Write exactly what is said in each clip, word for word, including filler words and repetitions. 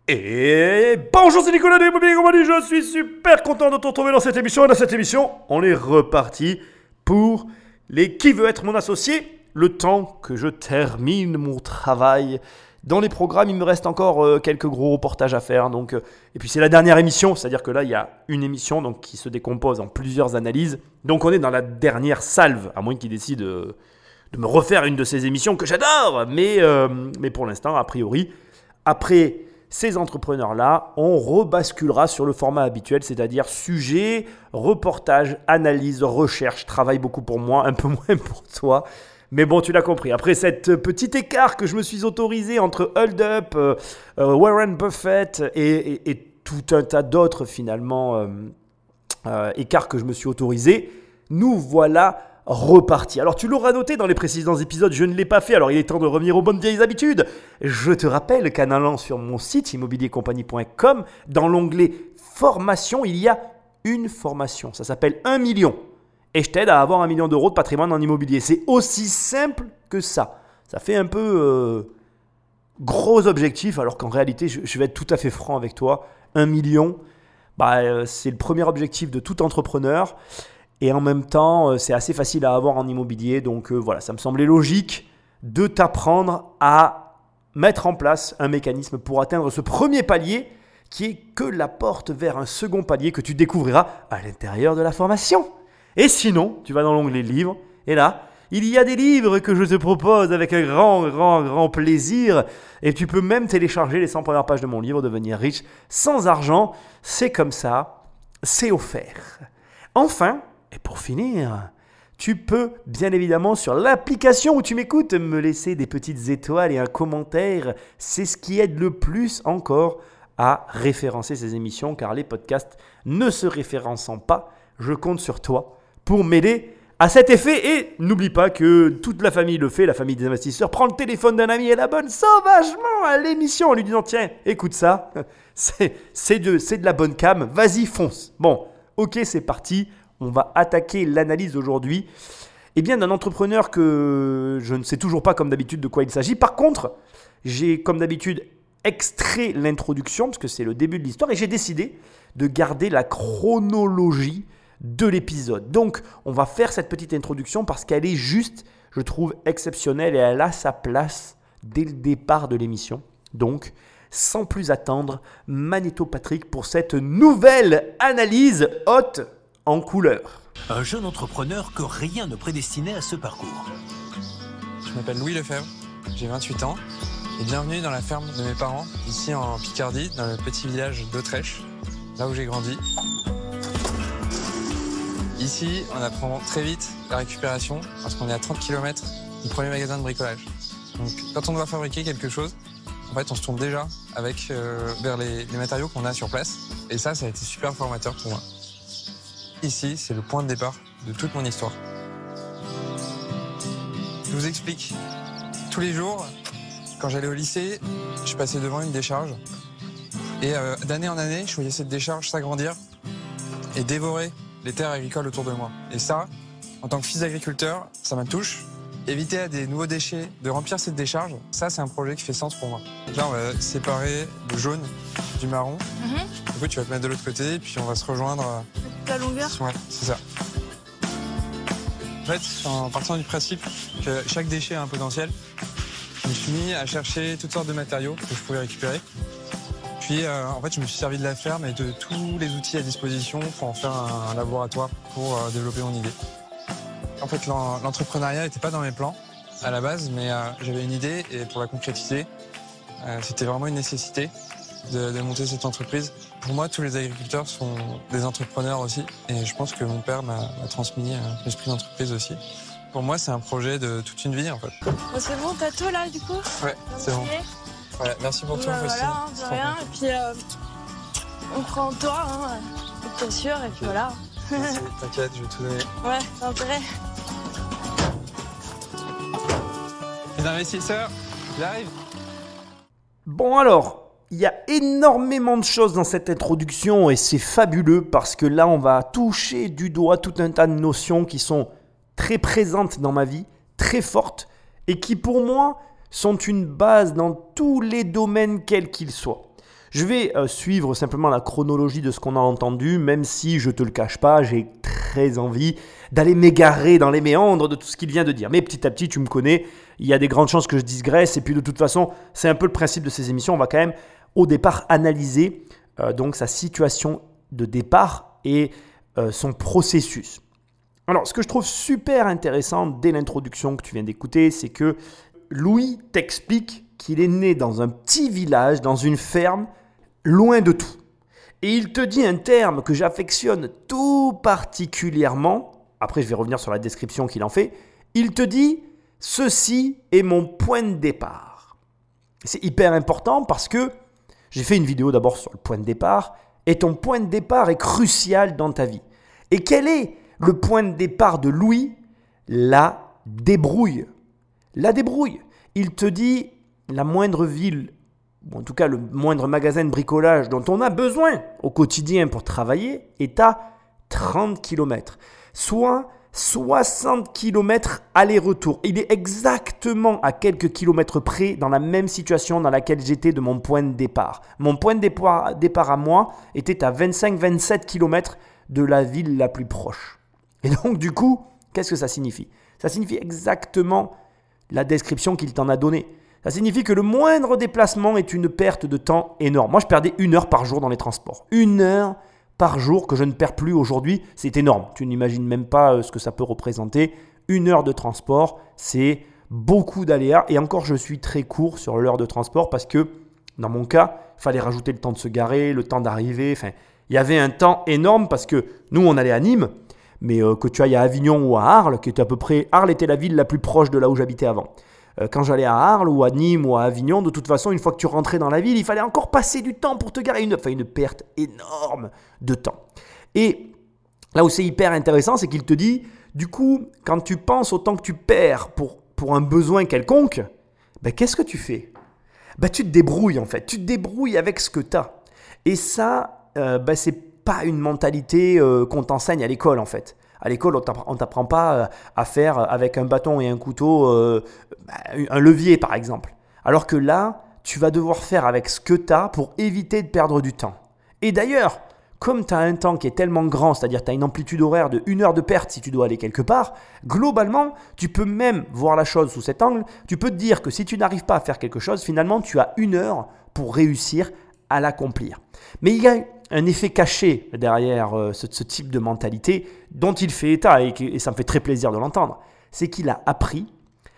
Et bonjour, c'est Nicolas de l'Immobilier Compagnie, je suis super content de te retrouver dans cette émission. Et dans cette émission, on est reparti pour les Qui veut être mon associé. Le temps que je termine mon travail dans les programmes, il me reste encore euh, quelques gros reportages à faire. Donc, euh, et puis c'est la dernière émission, c'est-à-dire que là, il y a une émission donc, qui se décompose en plusieurs analyses. Donc on est dans la dernière salve, à moins qu'il décide euh, de me refaire une de ces émissions que j'adore. Mais, euh, mais pour l'instant, a priori, après ces entrepreneurs-là, on rebasculera sur le format habituel, c'est-à-dire sujet, reportage, analyse, recherche, travail beaucoup pour moi, un peu moins pour toi. Mais bon, tu l'as compris. Après cet petit écart que je me suis autorisé entre Hold Up, euh, euh, Warren Buffett et, et, et tout un tas d'autres finalement euh, euh, écarts que je me suis autorisé, nous voilà reparti. Alors tu l'auras noté dans les précédents épisodes, je ne l'ai pas fait, alors il est temps de revenir aux bonnes vieilles habitudes. Je te rappelle qu'en allant sur mon site immobilier compagnie point com, dans l'onglet formation, il y a une formation, ça s'appelle un million. Et je t'aide à avoir un million d'euros de patrimoine en immobilier. C'est aussi simple que ça. Ça fait un peu euh, gros objectif, alors qu'en réalité, je, je vais être tout à fait franc avec toi. Un million, bah, euh, c'est le premier objectif de tout entrepreneur. Et en même temps, c'est assez facile à avoir en immobilier. Donc euh, voilà, ça me semblait logique de t'apprendre à mettre en place un mécanisme pour atteindre ce premier palier qui est que la porte vers un second palier que tu découvriras à l'intérieur de la formation. Et sinon, tu vas dans l'onglet livres et là, il y a des livres que je te propose avec un grand, grand, grand plaisir. Et tu peux même télécharger les cent premières pages de mon livre, Devenir riche sans argent. C'est comme ça, c'est offert. Enfin, et pour finir, tu peux bien évidemment sur l'application où tu m'écoutes me laisser des petites étoiles et un commentaire. C'est ce qui aide le plus encore à référencer ces émissions car les podcasts ne se référençant pas, je compte sur toi pour m'aider à cet effet. Et n'oublie pas que toute la famille le fait, la famille des investisseurs prend le téléphone d'un ami et l'abonne sauvagement à l'émission en lui disant « Tiens, écoute ça, c'est, c'est, de, c'est de la bonne cam, vas-y fonce ». Bon, ok, c'est parti. On va attaquer l'analyse aujourd'hui eh bien, d'un entrepreneur que je ne sais toujours pas comme d'habitude de quoi il s'agit. Par contre, j'ai comme d'habitude extrait l'introduction parce que c'est le début de l'histoire et j'ai décidé de garder la chronologie de l'épisode. Donc, on va faire cette petite introduction parce qu'elle est juste, je trouve, exceptionnelle et elle a sa place dès le départ de l'émission. Donc, sans plus attendre, Magnéto Patrick pour cette nouvelle analyse haute en couleur. Un jeune entrepreneur que rien ne prédestinait à ce parcours. Je m'appelle Louis Lefebvre, j'ai vingt-huit ans et bienvenue dans la ferme de mes parents, ici en Picardie, dans le petit village d'Autrèche, là où j'ai grandi. Ici, on apprend très vite la récupération parce qu'on est à trente kilomètres du premier magasin de bricolage. Donc, quand on doit fabriquer quelque chose, en fait, on se tourne déjà avec, euh, vers les, les matériaux qu'on a sur place. Et ça, ça a été super formateur pour moi. Ici, c'est le point de départ de toute mon histoire. Je vous explique. Tous les jours, quand j'allais au lycée, je passais devant une décharge. Et euh, d'année en année, je voyais cette décharge s'agrandir et dévorer les terres agricoles autour de moi. Et ça, en tant que fils d'agriculteur, ça me touche. Éviter à des nouveaux déchets de remplir cette décharge, ça, c'est un projet qui fait sens pour moi. Donc là, on va séparer le jaune du marron. Mm-hmm. Du coup, tu vas te mettre de l'autre côté et puis on va se rejoindre. Toute la longueur ? Ouais, c'est ça. En fait, en partant du principe que chaque déchet a un potentiel, je me suis mis à chercher toutes sortes de matériaux que je pouvais récupérer. Puis, euh, en fait, je me suis servi de la ferme et de tous les outils à disposition pour en faire un, un laboratoire pour euh, développer mon idée. En fait, l'entrepreneuriat n'était pas dans mes plans à la base, mais euh, j'avais une idée et pour la concrétiser, euh, c'était vraiment une nécessité de, de monter cette entreprise. Pour moi, tous les agriculteurs sont des entrepreneurs aussi et je pense que mon père m'a transmis euh, l'esprit d'entreprise aussi. Pour moi, c'est un projet de toute une vie en fait. Bon, c'est bon, t'as tout là du coup ? Ouais, c'est bon. Ouais, merci pour tout bah, aussi. Voilà, hein, de rien. Et puis, euh, on prend toi, hein, bien sûr, et puis voilà. Merci, t'inquiète, je vais tout donner. Ouais, t'as intérêt. Les investisseurs, j'arrive. Bon alors, il y a énormément de choses dans cette introduction et c'est fabuleux parce que là, on va toucher du doigt tout un tas de notions qui sont très présentes dans ma vie, très fortes et qui pour moi sont une base dans tous les domaines quels qu'ils soient. Je vais euh, suivre simplement la chronologie de ce qu'on a entendu, même si, je ne te le cache pas, j'ai très envie d'aller m'égarer dans les méandres de tout ce qu'il vient de dire. Mais petit à petit, tu me connais, il y a des grandes chances que je digresse, et puis de toute façon, c'est un peu le principe de ces émissions. On va quand même, au départ, analyser euh, donc sa situation de départ et euh, son processus. Alors, ce que je trouve super intéressant dès l'introduction que tu viens d'écouter, c'est que Louis t'explique qu'il est né dans un petit village, dans une ferme, loin de tout. Et il te dit un terme que j'affectionne tout particulièrement, après je vais revenir sur la description qu'il en fait, il te dit « ceci est mon point de départ ». C'est hyper important parce que j'ai fait une vidéo d'abord sur le point de départ, et ton point de départ est crucial dans ta vie. Et quel est le point de départ de Louis? La débrouille. La débrouille. Il te dit la moindre ville, ou en tout cas le moindre magasin de bricolage dont on a besoin au quotidien pour travailler est à trente kilomètres, soit soixante kilomètres aller-retour. Il est exactement à quelques kilomètres près dans la même situation dans laquelle j'étais de mon point de départ. Mon point de départ, départ à moi était à vingt-cinq à vingt-sept kilomètres de la ville la plus proche. Et donc du coup, qu'est-ce que ça signifie? Ça signifie exactement la description qu'il t'en a donnée. Ça signifie que le moindre déplacement est une perte de temps énorme. Moi, je perdais une heure par jour dans les transports. Une heure par jour que je ne perds plus aujourd'hui, c'est énorme. Tu n'imagines même pas ce que ça peut représenter. Une heure de transport, c'est beaucoup d'aléas. Et encore, je suis très court sur l'heure de transport parce que, dans mon cas, il fallait rajouter le temps de se garer, le temps d'arriver. Enfin, il y avait un temps énorme parce que nous, on allait à Nîmes, mais euh, que tu ailles à Avignon ou à Arles, qui était à peu près... Arles était la ville la plus proche de là où j'habitais avant. Quand j'allais à Arles ou à Nîmes ou à Avignon, de toute façon, une fois que tu rentrais dans la ville, il fallait encore passer du temps pour te garer. Une, enfin, une perte énorme de temps. Et là où c'est hyper intéressant, c'est qu'il te dit, du coup, quand tu penses au temps que tu perds pour, pour un besoin quelconque, ben, qu'est-ce que tu fais? Ben, tu te débrouilles en fait. Tu te débrouilles avec ce que tu as. Et ça, euh, ben, ce n'est pas une mentalité euh, qu'on t'enseigne à l'école en fait. À l'école, on ne t'apprend pas à faire avec un bâton et un couteau euh, un levier, par exemple. Alors que là, tu vas devoir faire avec ce que tu as pour éviter de perdre du temps. Et d'ailleurs, comme tu as un temps qui est tellement grand, c'est-à-dire tu as une amplitude horaire de une heure de perte si tu dois aller quelque part, globalement, tu peux même voir la chose sous cet angle. Tu peux te dire que si tu n'arrives pas à faire quelque chose, finalement, tu as une heure pour réussir à l'accomplir. Mais il y a un effet caché derrière euh, ce, ce type de mentalité dont il fait état, et, et ça me fait très plaisir de l'entendre, c'est qu'il a appris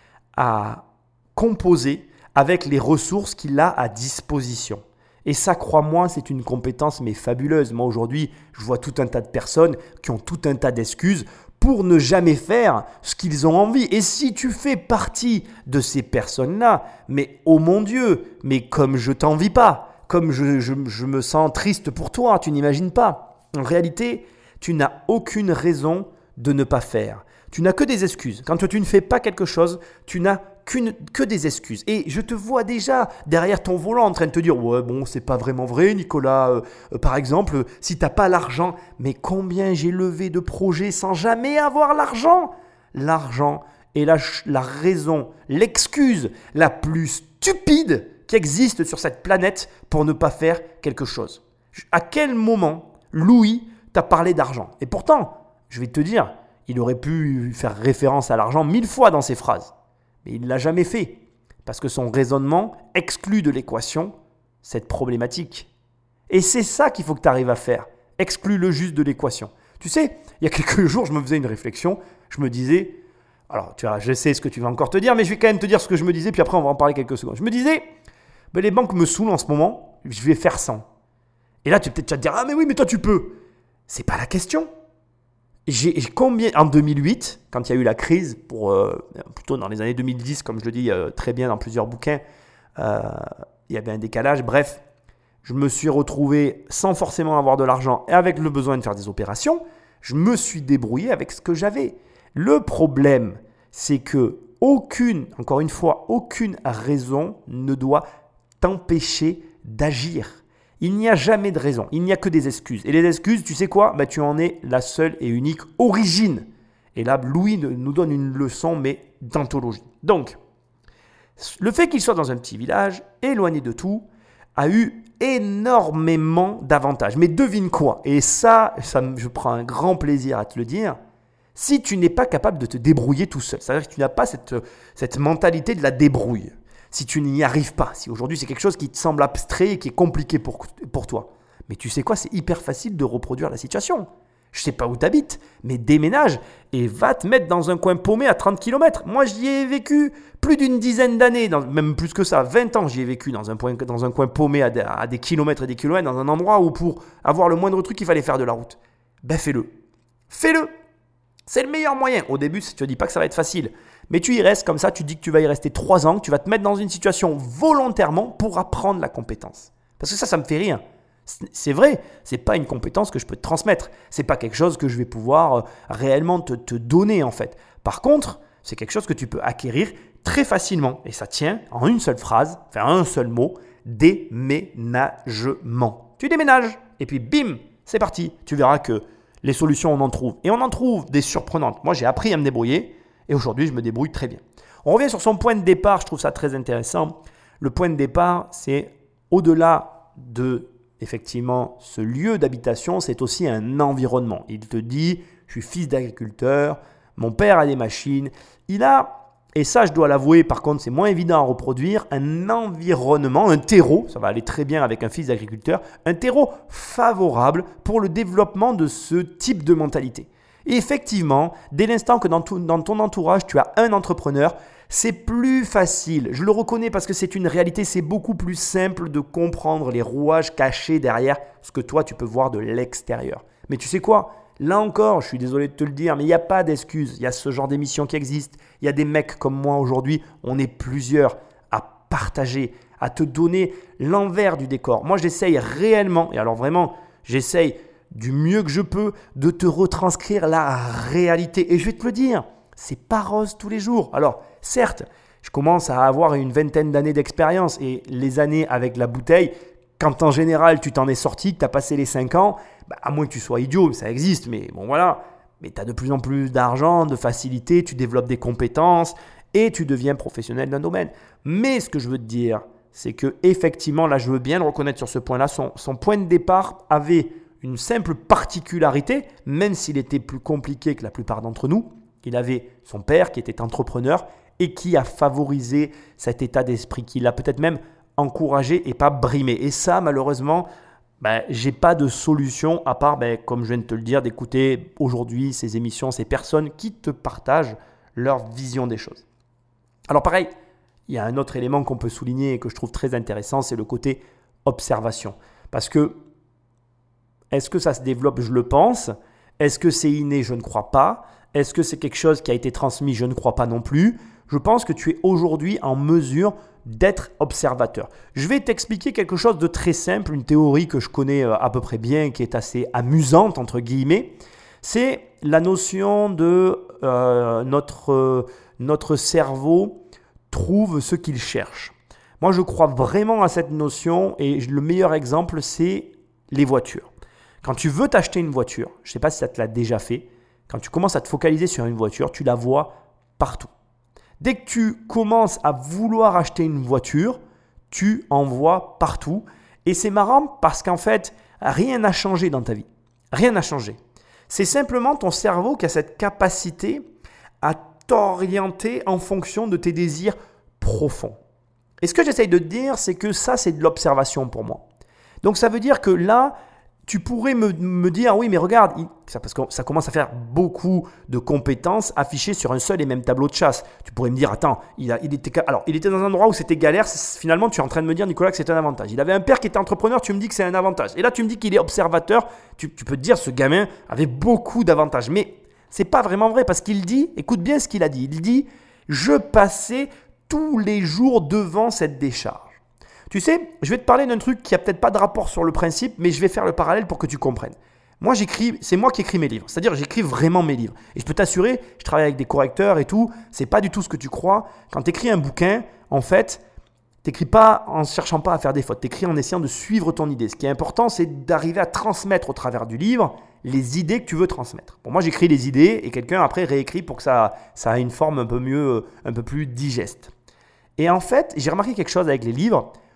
à composer avec les ressources qu'il a à disposition. Et ça, crois-moi, c'est une compétence mais fabuleuse. Moi, aujourd'hui, je vois tout un tas de personnes qui ont tout un tas d'excuses pour ne jamais faire ce qu'ils ont envie. Et si tu fais partie de ces personnes-là, mais oh mon Dieu, mais comme je t'envie pas, comme je, je, je me sens triste pour toi, tu n'imagines pas. En réalité, tu n'as aucune raison de ne pas faire. Tu n'as que des excuses. Quand tu ne fais pas quelque chose, tu n'as qu'une, que des excuses. Et je te vois déjà derrière ton volant en train de te dire « Ouais, bon, c'est pas vraiment vrai, Nicolas. Euh, euh, par exemple, si tu n'as pas l'argent, mais combien j'ai levé de projets sans jamais avoir l'argent ?» L'argent est la, la raison, l'excuse la plus stupide qui existe sur cette planète pour ne pas faire quelque chose. À quel moment Louis t'a parlé d'argent? Et pourtant, je vais te dire, il aurait pu faire référence à l'argent mille fois dans ses phrases. Mais il ne l'a jamais fait, parce que son raisonnement exclut de l'équation cette problématique. Et c'est ça qu'il faut que tu arrives à faire, exclure le juste de l'équation. Tu sais, il y a quelques jours, je me faisais une réflexion, je me disais, alors tu vois, je sais ce que tu vas encore te dire, mais je vais quand même te dire ce que je me disais, puis après on va en parler quelques secondes. Je me disais, ben les banques me saoulent en ce moment, je vais faire cent. Et là, tu vas peut-être te dire, ah mais oui, mais toi tu peux. C'est pas la question. J'ai, j'ai combien, en deux mille huit, quand il y a eu la crise, pour, euh, plutôt dans les années deux mille dix, comme je le dis euh, très bien dans plusieurs bouquins, euh, il y avait un décalage. Bref, je me suis retrouvé sans forcément avoir de l'argent et avec le besoin de faire des opérations. Je me suis débrouillé avec ce que j'avais. Le problème, c'est que aucune, encore une fois, aucune raison ne doit t'empêcher d'agir. Il n'y a jamais de raison, il n'y a que des excuses. Et les excuses, tu sais quoi? Bah, tu en es la seule et unique origine. Et là, Louis nous donne une leçon, mais d'anthologie. Donc, le fait qu'il soit dans un petit village, éloigné de tout, a eu énormément d'avantages. Mais devine quoi? Et ça, ça, je prends un grand plaisir à te le dire. Si tu n'es pas capable de te débrouiller tout seul, c'est-à-dire que tu n'as pas cette, cette mentalité de la débrouille, si tu n'y arrives pas, si aujourd'hui c'est quelque chose qui te semble abstrait et qui est compliqué pour, pour toi, mais tu sais quoi, c'est hyper facile de reproduire la situation. Je ne sais pas où tu habites, mais déménage et va te mettre dans un coin paumé à trente kilomètres. Moi, j'y ai vécu plus d'une dizaine d'années, dans, même plus que ça, vingt ans, j'y ai vécu dans un, point, dans un coin paumé à des, à des kilomètres et des kilomètres, dans un endroit où pour avoir le moindre truc, il fallait faire de la route. Ben fais-le. Fais-le. C'est le meilleur moyen. Au début, je ne te dis pas que ça va être facile, mais tu y restes comme ça, tu dis que tu vas y rester trois ans, que tu vas te mettre dans une situation volontairement pour apprendre la compétence. Parce que ça, ça me fait rire. C'est vrai, ce n'est pas une compétence que je peux te transmettre. Ce n'est pas quelque chose que je vais pouvoir réellement te, te donner en fait. Par contre, c'est quelque chose que tu peux acquérir très facilement. Et ça tient en une seule phrase, enfin un seul mot, déménagement. Tu déménages et puis bim, c'est parti. Tu verras que les solutions, on en trouve. Et on en trouve des surprenantes. Moi, j'ai appris à me débrouiller et aujourd'hui, je me débrouille très bien. On revient sur son point de départ, je trouve ça très intéressant. Le point de départ, c'est au-delà de effectivement, ce lieu d'habitation, c'est aussi un environnement. Il te dit, je suis fils d'agriculteur, mon père a des machines. Il a, et ça je dois l'avouer, par contre c'est moins évident à reproduire, un environnement, un terreau, ça va aller très bien avec un fils d'agriculteur, un terreau favorable pour le développement de ce type de mentalité. Et effectivement, dès l'instant que dans, tout, dans ton entourage, tu as un entrepreneur, c'est plus facile. Je le reconnais parce que c'est une réalité, c'est beaucoup plus simple de comprendre les rouages cachés derrière ce que toi, tu peux voir de l'extérieur. Mais tu sais quoi? Là encore, je suis désolé de te le dire, mais il n'y a pas d'excuse. Il y a ce genre d'émission qui existe. Il y a des mecs comme moi aujourd'hui, on est plusieurs à partager, à te donner l'envers du décor. Moi, j'essaye réellement, et alors vraiment, j'essaye du mieux que je peux de te retranscrire la réalité. Et je vais te le dire, c'est pas rose tous les jours. Alors, certes, je commence à avoir une vingtaine d'années d'expérience et les années avec la bouteille, quand en général tu t'en es sorti, que tu as passé les cinq ans, bah, à moins que tu sois idiot, ça existe, mais bon voilà, mais tu as de plus en plus d'argent, de facilité, tu développes des compétences et tu deviens professionnel d'un domaine. Mais ce que je veux te dire, c'est que effectivement, là je veux bien le reconnaître sur ce point-là, son, son point de départ avait une simple particularité, même s'il était plus compliqué que la plupart d'entre nous. Il avait son père qui était entrepreneur et qui a favorisé cet état d'esprit, qui l'a peut-être même encouragé et pas brimé. Et ça, malheureusement, ben, je n'ai pas de solution à part, ben, comme je viens de te le dire, d'écouter aujourd'hui ces émissions, ces personnes qui te partagent leur vision des choses. Alors pareil, il y a un autre élément qu'on peut souligner et que je trouve très intéressant, c'est le côté observation. Parce que, est-ce que ça se développe? Je le pense. Est-ce que c'est inné? Je ne crois pas. Est-ce que c'est quelque chose qui a été transmis? Je ne crois pas non plus. Je pense que tu es aujourd'hui en mesure d'être observateur. Je vais t'expliquer quelque chose de très simple, une théorie que je connais à peu près bien, qui est assez amusante, entre guillemets. C'est la notion de euh, notre, euh, notre cerveau trouve ce qu'il cherche. Moi, je crois vraiment à cette notion et le meilleur exemple, c'est les voitures. Quand tu veux t'acheter une voiture, je ne sais pas si ça te l'a déjà fait, quand tu commences à te focaliser sur une voiture, tu la vois partout. Dès que tu commences à vouloir acheter une voiture, tu en vois partout. Et c'est marrant parce qu'en fait, rien n'a changé dans ta vie. Rien n'a changé. C'est simplement ton cerveau qui a cette capacité à t'orienter en fonction de tes désirs profonds. Et ce que j'essaye de te dire, c'est que ça, c'est de l'observation pour moi. Donc ça veut dire que là, tu pourrais me, me dire, oui, mais regarde, il, ça, parce que ça commence à faire beaucoup de compétences affichées sur un seul et même tableau de chasse. Tu pourrais me dire, attends, il, a, il, était, alors, il était dans un endroit où c'était galère. Finalement, tu es en train de me dire, Nicolas, que c'est un avantage. Il avait un père qui était entrepreneur, tu me dis que c'est un avantage. Et là, tu me dis qu'il est observateur. Tu, tu peux te dire, ce gamin avait beaucoup d'avantages. Mais ce n'est pas vraiment vrai parce qu'il dit, écoute bien ce qu'il a dit. Il dit, je passais tous les jours devant cette décharge. Tu sais, je vais te parler d'un truc qui n'a peut-être pas de rapport sur le principe, mais je vais faire le parallèle pour que tu comprennes. Moi, j'écris, c'est moi qui écris mes livres. C'est-à-dire, j'écris vraiment mes livres. Et je peux t'assurer, je travaille avec des correcteurs et tout. C'est pas du tout ce que tu crois. Quand tu écris un bouquin, en fait, tu n'écris pas en ne cherchant pas à faire des fautes. Tu écris en essayant de suivre ton idée. Ce qui est important, c'est d'arriver à transmettre au travers du livre les idées que tu veux transmettre. Bon, moi, j'écris les idées et quelqu'un après réécrit pour que ça, ça ait une forme un peu mieux, un peu plus digeste. Et en fait, j'ai remarqué quelque chose avec les livres.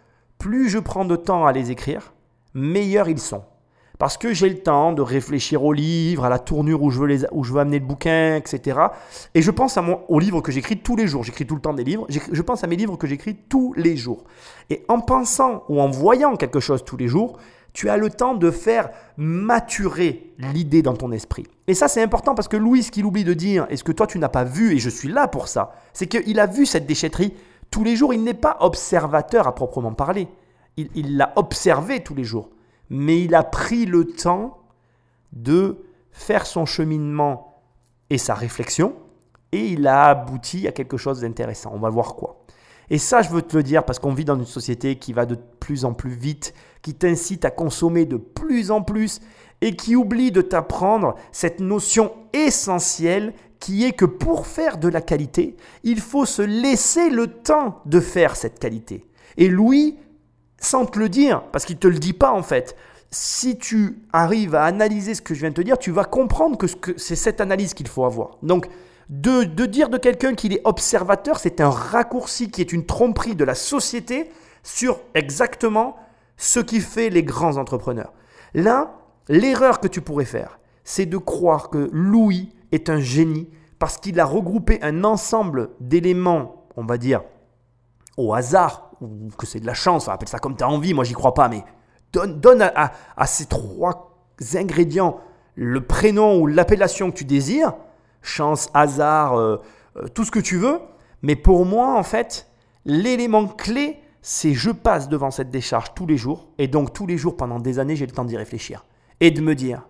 plus je prends de temps à les écrire, meilleurs ils sont. Parce que j'ai le temps de réfléchir au livre, à la tournure où je veux, les, où je veux amener le bouquin, et cetera. Et je pense à mon, aux livres que j'écris tous les jours. J'écris tout le temps des livres. Je pense à mes livres que j'écris tous les jours. Et en pensant ou en voyant quelque chose tous les jours, tu as le temps de faire maturer l'idée dans ton esprit. Et ça, c'est important parce que Louis, ce qu'il oublie de dire, et ce que toi, tu n'as pas vu, et je suis là pour ça, c'est qu'il a vu cette déchetterie tous les jours. Il n'est pas observateur à proprement parler. Il, il l'a observé tous les jours. Mais il a pris le temps de faire son cheminement et sa réflexion et il a abouti à quelque chose d'intéressant. On va voir quoi. Et ça, je veux te le dire parce qu'on vit dans une société qui va de plus en plus vite, qui t'incite à consommer de plus en plus et qui oublie de t'apprendre cette notion essentielle qui est que pour faire de la qualité, il faut se laisser le temps de faire cette qualité. Et Louis, sans te le dire, parce qu'il ne te le dit pas en fait, si tu arrives à analyser ce que je viens de te dire, tu vas comprendre que, ce que c'est cette analyse qu'il faut avoir. Donc, de, de dire de quelqu'un qu'il est observateur, c'est un raccourci qui est une tromperie de la société sur exactement ce qui fait les grands entrepreneurs. Là, l'erreur que tu pourrais faire, c'est de croire que Louis est un génie parce qu'il a regroupé un ensemble d'éléments, on va dire, au hasard, ou que c'est de la chance, appelle ça comme tu as envie, moi j'y crois pas, mais donne, donne à, à, à ces trois ingrédients le prénom ou l'appellation que tu désires, chance, hasard, euh, euh, tout ce que tu veux, mais pour moi en fait, l'élément clé, c'est je passe devant cette décharge tous les jours, et donc tous les jours pendant des années, j'ai le temps d'y réfléchir, et de me dire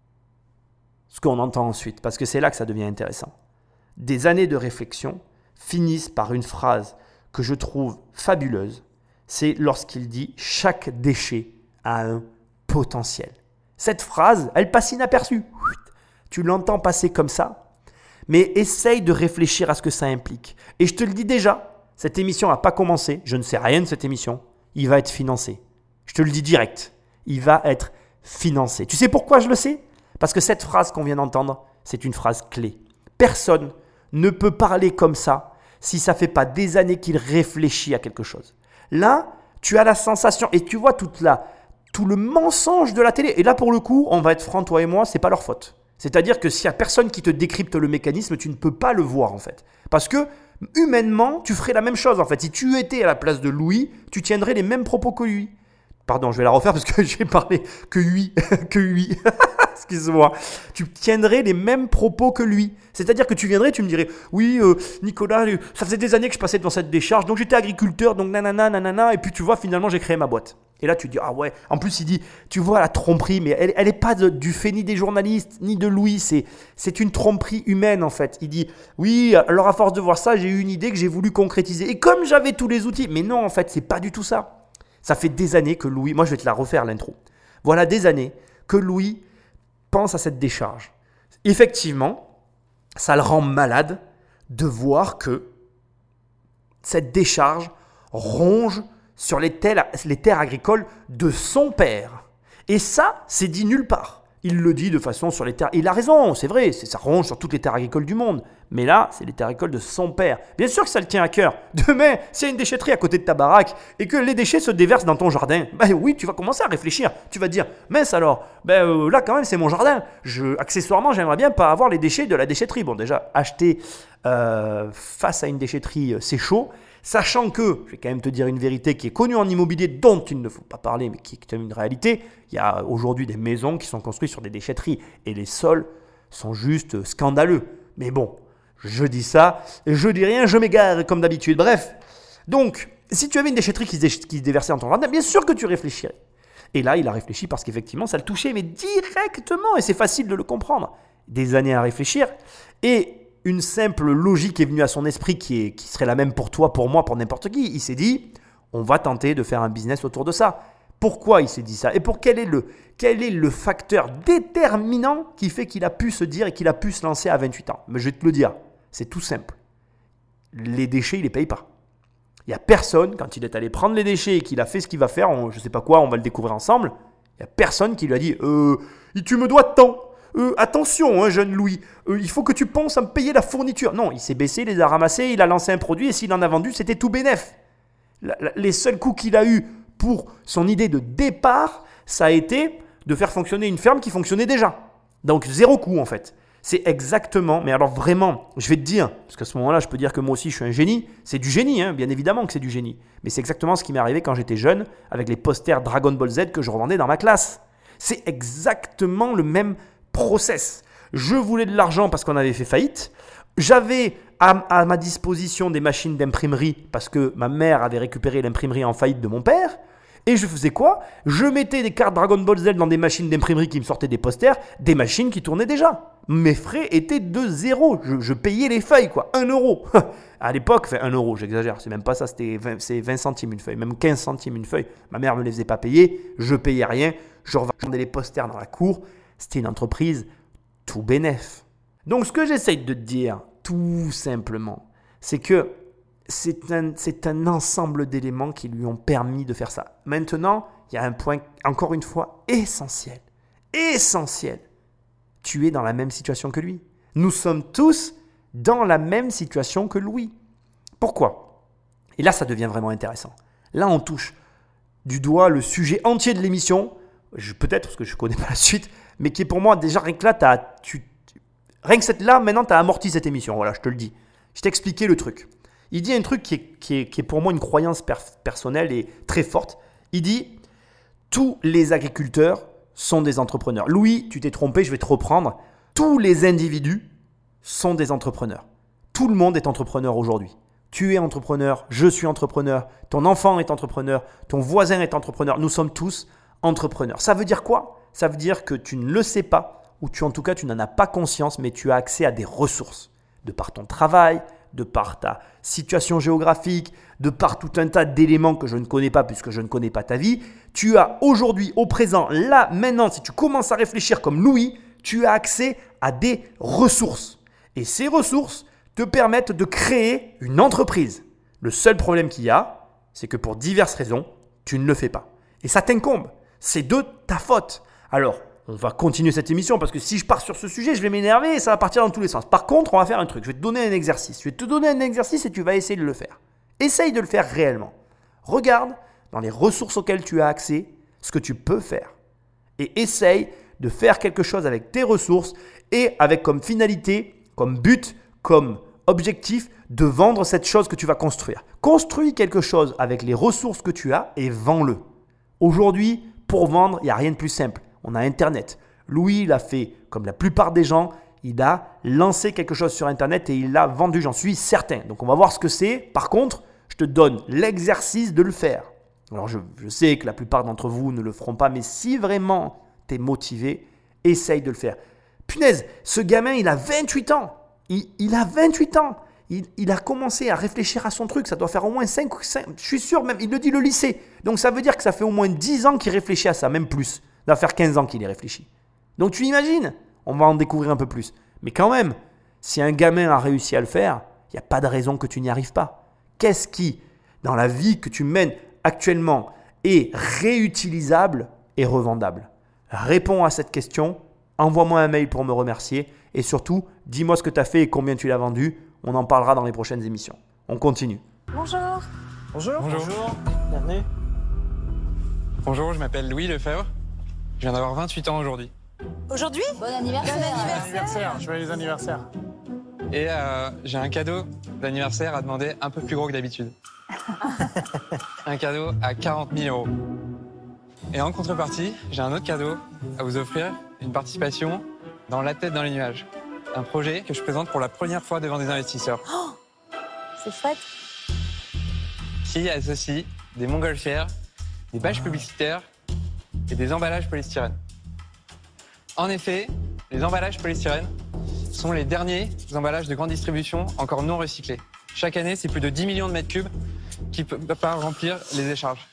ce qu'on entend ensuite, parce que c'est là que ça devient intéressant. Des années de réflexion finissent par une phrase que je trouve fabuleuse, c'est lorsqu'il dit « chaque déchet a un potentiel ». Cette phrase, elle passe inaperçue. Tu l'entends passer comme ça, mais essaye de réfléchir à ce que ça implique. Et je te le dis déjà, cette émission n'a pas commencé, je ne sais rien de cette émission, il va être financé. Je te le dis direct, il va être financé. Tu sais pourquoi je le sais ? Parce que cette phrase qu'on vient d'entendre, c'est une phrase clé. Personne ne peut parler comme ça si ça ne fait pas des années qu'il réfléchit à quelque chose. Là, tu as la sensation, et tu vois toute la, tout le mensonge de la télé. Et là, pour le coup, on va être franc, toi et moi, ce n'est pas leur faute. C'est-à-dire que s'il n'y a personne qui te décrypte le mécanisme, tu ne peux pas le voir en fait. Parce que humainement, tu ferais la même chose en fait. Si tu étais à la place de Louis, tu tiendrais les mêmes propos que lui. Pardon, je vais la refaire parce que j'ai parlé que lui, que lui. Excuse-moi. Tu tiendrais les mêmes propos que lui. C'est-à-dire que tu viendrais, tu me dirais, oui, euh, Nicolas, ça faisait des années que je passais devant cette décharge, donc j'étais agriculteur, donc nanana, nanana, et puis tu vois, finalement, j'ai créé ma boîte. Et là, tu te dis, ah ouais, en plus, il dit, tu vois la tromperie, mais elle, elle est pas de, du fait ni des journalistes, ni de Louis, c'est, c'est une tromperie humaine, en fait. Il dit, oui, alors à force de voir ça, j'ai eu une idée que j'ai voulu concrétiser. Et comme j'avais tous les outils, mais non, en fait, c'est pas du tout ça. Ça fait des années que Louis, moi, je vais te la refaire, l'intro. Voilà des années que Louis pense à cette décharge. Effectivement, ça le rend malade de voir que cette décharge ronge sur les terres, les terres agricoles de son père. Et ça, c'est dit nulle part. Il le dit de façon sur les terres. Il a raison, c'est vrai, c'est, ça ronge sur toutes les terres agricoles du monde. Mais là, c'est les terres agricoles de son père. Bien sûr que ça le tient à cœur. Demain, s'il y a une déchetterie à côté de ta baraque et que les déchets se déversent dans ton jardin, ben oui, tu vas commencer à réfléchir. Tu vas te dire, mince alors, ben euh, là quand même c'est mon jardin. Je, accessoirement, j'aimerais bien pas avoir les déchets de la déchetterie. Bon, déjà, acheter euh, face à une déchetterie, c'est chaud. Sachant que, je vais quand même te dire une vérité qui est connue en immobilier, dont il ne faut pas parler, mais qui est une réalité. Il y a aujourd'hui des maisons qui sont construites sur des déchetteries et les sols sont juste scandaleux. Mais bon, je dis ça, je dis rien, je m'égare comme d'habitude. Bref, donc, si tu avais une déchetterie qui se, dé- qui se déversait dans ton jardin, bien sûr que tu réfléchirais. Et là, il a réfléchi parce qu'effectivement, ça le touchait, mais directement, et c'est facile de le comprendre. Des années à réfléchir, et une simple logique est venue à son esprit qui, est, qui serait la même pour toi, pour moi, pour n'importe qui. Il s'est dit, on va tenter de faire un business autour de ça. Pourquoi il s'est dit ça ? Et pour quel est le, quel est le facteur déterminant qui fait qu'il a pu se dire et qu'il a pu se lancer à vingt-huit ans ? Mais je vais te le dire, c'est tout simple. Les déchets, il ne les paye pas. Il n'y a personne, quand il est allé prendre les déchets et qu'il a fait ce qu'il va faire, on, je ne sais pas quoi, on va le découvrir ensemble, il n'y a personne qui lui a dit euh, « tu me dois tant ». Euh, attention, hein, jeune Louis, euh, il faut que tu penses à me payer la fourniture. Non, il s'est baissé, il les a ramassés, il a lancé un produit et s'il en a vendu, c'était tout bénef. La, la, les seuls coups qu'il a eu pour son idée de départ, ça a été de faire fonctionner une ferme qui fonctionnait déjà. Donc zéro coût en fait. C'est exactement, mais alors vraiment, je vais te dire, parce qu'à ce moment-là, je peux dire que moi aussi je suis un génie, c'est du génie, hein, bien évidemment que c'est du génie. Mais c'est exactement ce qui m'est arrivé quand j'étais jeune avec les posters Dragon Ball Z que je revendais dans ma classe. C'est exactement le même process. Je voulais de l'argent parce qu'on avait fait faillite. J'avais à, à ma disposition des machines d'imprimerie parce que ma mère avait récupéré l'imprimerie en faillite de mon père. Et je faisais quoi? Je mettais des cartes Dragon Ball Z dans des machines d'imprimerie qui me sortaient des posters, des machines qui tournaient déjà. Mes frais étaient de zéro. Je, je payais les feuilles, quoi. Un euro. À l'époque, enfin un euro, j'exagère. C'est même pas ça, c'était vingt, c'est vingt centimes une feuille, même quinze centimes une feuille. Ma mère me les faisait pas payer, je payais rien. Je revendais les posters dans la cour. C'était une entreprise tout bénef. Donc ce que j'essaye de te dire, tout simplement, c'est que c'est un, c'est un ensemble d'éléments qui lui ont permis de faire ça. Maintenant, il y a un point, encore une fois, essentiel. Essentiel. Tu es dans la même situation que lui. Nous sommes tous dans la même situation que Louis. Pourquoi? Et là, ça devient vraiment intéressant. Là, on touche du doigt le sujet entier de l'émission, je, peut-être parce que je ne connais pas la suite, mais qui est pour moi, déjà, rien que là, t'as, tu, rien que cette là, maintenant, tu as amorti cette émission. Voilà, je te le dis. Je t'ai expliqué le truc. Il dit un truc qui est, qui est, qui est pour moi une croyance per- personnelle et très forte. Il dit « Tous les agriculteurs sont des entrepreneurs. » Louis, tu t'es trompé, je vais te reprendre. Tous les individus sont des entrepreneurs. Tout le monde est entrepreneur aujourd'hui. Tu es entrepreneur, je suis entrepreneur, ton enfant est entrepreneur, ton voisin est entrepreneur. Nous sommes tous entrepreneurs. Ça veut dire quoi? Ça veut dire que tu ne le sais pas, ou tu, en tout cas tu n'en as pas conscience, mais tu as accès à des ressources de par ton travail, de par ta situation géographique, de par tout un tas d'éléments que je ne connais pas puisque je ne connais pas ta vie. Tu as aujourd'hui, au présent, là, maintenant, si tu commences à réfléchir comme Louis, tu as accès à des ressources. Et ces ressources te permettent de créer une entreprise. Le seul problème qu'il y a, c'est que pour diverses raisons, tu ne le fais pas. Et ça t'incombe. C'est de ta faute. Alors, on va continuer cette émission parce que si je pars sur ce sujet, je vais m'énerver et ça va partir dans tous les sens. Par contre, on va faire un truc. Je vais te donner un exercice. Je vais te donner un exercice et tu vas essayer de le faire. Essaye de le faire réellement. Regarde dans les ressources auxquelles tu as accès ce que tu peux faire. Et essaye de faire quelque chose avec tes ressources et avec comme finalité, comme but, comme objectif de vendre cette chose que tu vas construire. Construis quelque chose avec les ressources que tu as et vends-le. Aujourd'hui, pour vendre, il n'y a rien de plus simple. On a Internet. Louis, il a fait comme la plupart des gens, il a lancé quelque chose sur Internet et il l'a vendu, j'en suis certain. Donc, on va voir ce que c'est. Par contre, je te donne l'exercice de le faire. Alors, je, je sais que la plupart d'entre vous ne le feront pas, mais si vraiment tu es motivé, essaye de le faire. Punaise, ce gamin, il a vingt-huit ans. Il, il a vingt-huit ans. Il, il a commencé à réfléchir à son truc. Ça doit faire au moins cinq, cinq, je suis sûr même, il le dit le lycée. Donc, ça veut dire que ça fait au moins dix ans qu'il réfléchit à ça, même plus. Ça va faire quinze ans qu'il y réfléchit. Donc tu imagines, on va en découvrir un peu plus. Mais quand même, si un gamin a réussi à le faire, il n'y a pas de raison que tu n'y arrives pas. Qu'est-ce qui, dans la vie que tu mènes actuellement, est réutilisable et revendable? Réponds à cette question, envoie-moi un mail pour me remercier et surtout, dis-moi ce que tu as fait et combien tu l'as vendu. On en parlera dans les prochaines émissions. On continue. Bonjour. Bonjour. Bonjour. Bienvenue. Bonjour, je m'appelle Louis Lefebvre. Je viens d'avoir vingt-huit ans aujourd'hui. Aujourd'hui? Bon anniversaire. Bon Anniversaire, joyeux anniversaire. Et euh, j'ai un cadeau d'anniversaire à demander un peu plus gros que d'habitude. Un cadeau à quarante mille euros. Et en contrepartie, j'ai un autre cadeau à vous offrir, une participation dans La tête dans les nuages. Un projet que je présente pour la première fois devant des investisseurs. Oh, c'est chouette. Qui associe des montgolfières, des bâches publicitaires et des emballages polystyrène. En effet, les emballages polystyrène sont les derniers emballages de grande distribution encore non recyclés. Chaque année, c'est plus de dix millions de mètres cubes qui ne peuvent pas remplir les décharges.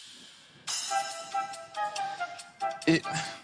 Et,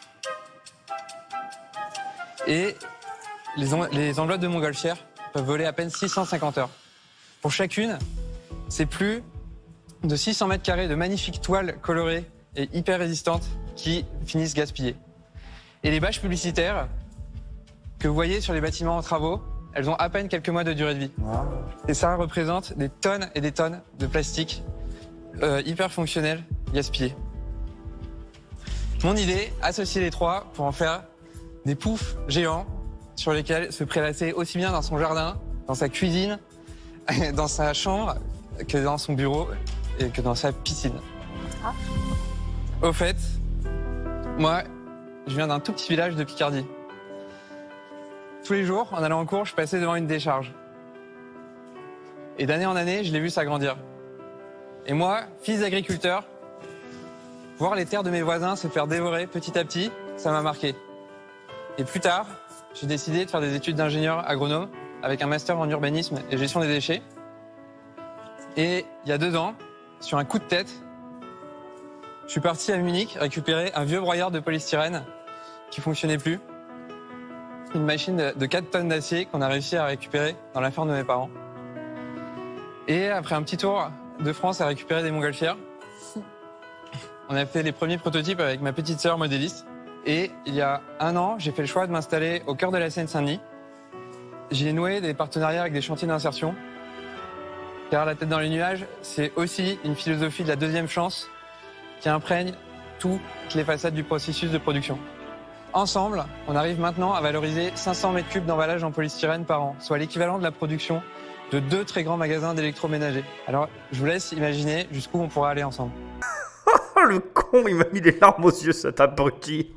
et les, en, les enveloppes de montgolfière peuvent voler à peine six cent cinquante heures. Pour chacune, c'est plus de six cents mètres carrés de magnifiques toiles colorées et hyper résistantes qui finissent gaspillées. Et les bâches publicitaires que vous voyez sur les bâtiments en travaux, elles ont à peine quelques mois de durée de vie. Et ça représente des tonnes et des tonnes de plastique euh, hyper fonctionnel gaspiller. Mon idée, associer les trois pour en faire des poufs géants sur lesquels se prélasser aussi bien dans son jardin, dans sa cuisine, dans sa chambre, que dans son bureau et que dans sa piscine. Ah. Au fait, moi, je viens d'un tout petit village de Picardie. Tous les jours, en allant en cours, je passais devant une décharge. Et d'année en année, je l'ai vu s'agrandir. Et moi, fils d'agriculteur, voir les terres de mes voisins se faire dévorer petit à petit, ça m'a marqué. Et plus tard, j'ai décidé de faire des études d'ingénieur agronome avec un master en urbanisme et gestion des déchets. Et il y a deux ans, sur un coup de tête, je suis parti à Munich récupérer un vieux broyeur de polystyrène qui fonctionnait plus. Une machine de quatre tonnes d'acier qu'on a réussi à récupérer dans la ferme de mes parents. Et après un petit tour de France à récupérer des montgolfières, on a fait les premiers prototypes avec ma petite sœur modéliste. Et il y a un an, j'ai fait le choix de m'installer au cœur de la Seine-Saint-Denis. J'ai noué des partenariats avec des chantiers d'insertion. Car la tête dans les nuages, c'est aussi une philosophie de la deuxième chance qui imprègne toutes les facettes du processus de production. Ensemble, on arrive maintenant à valoriser cinq cents mètres cubes d'emballage en polystyrène par an, soit l'équivalent de la production de deux très grands magasins d'électroménager. Alors, je vous laisse imaginer jusqu'où on pourra aller ensemble. Le con, il m'a mis les larmes aux yeux, cet abruti.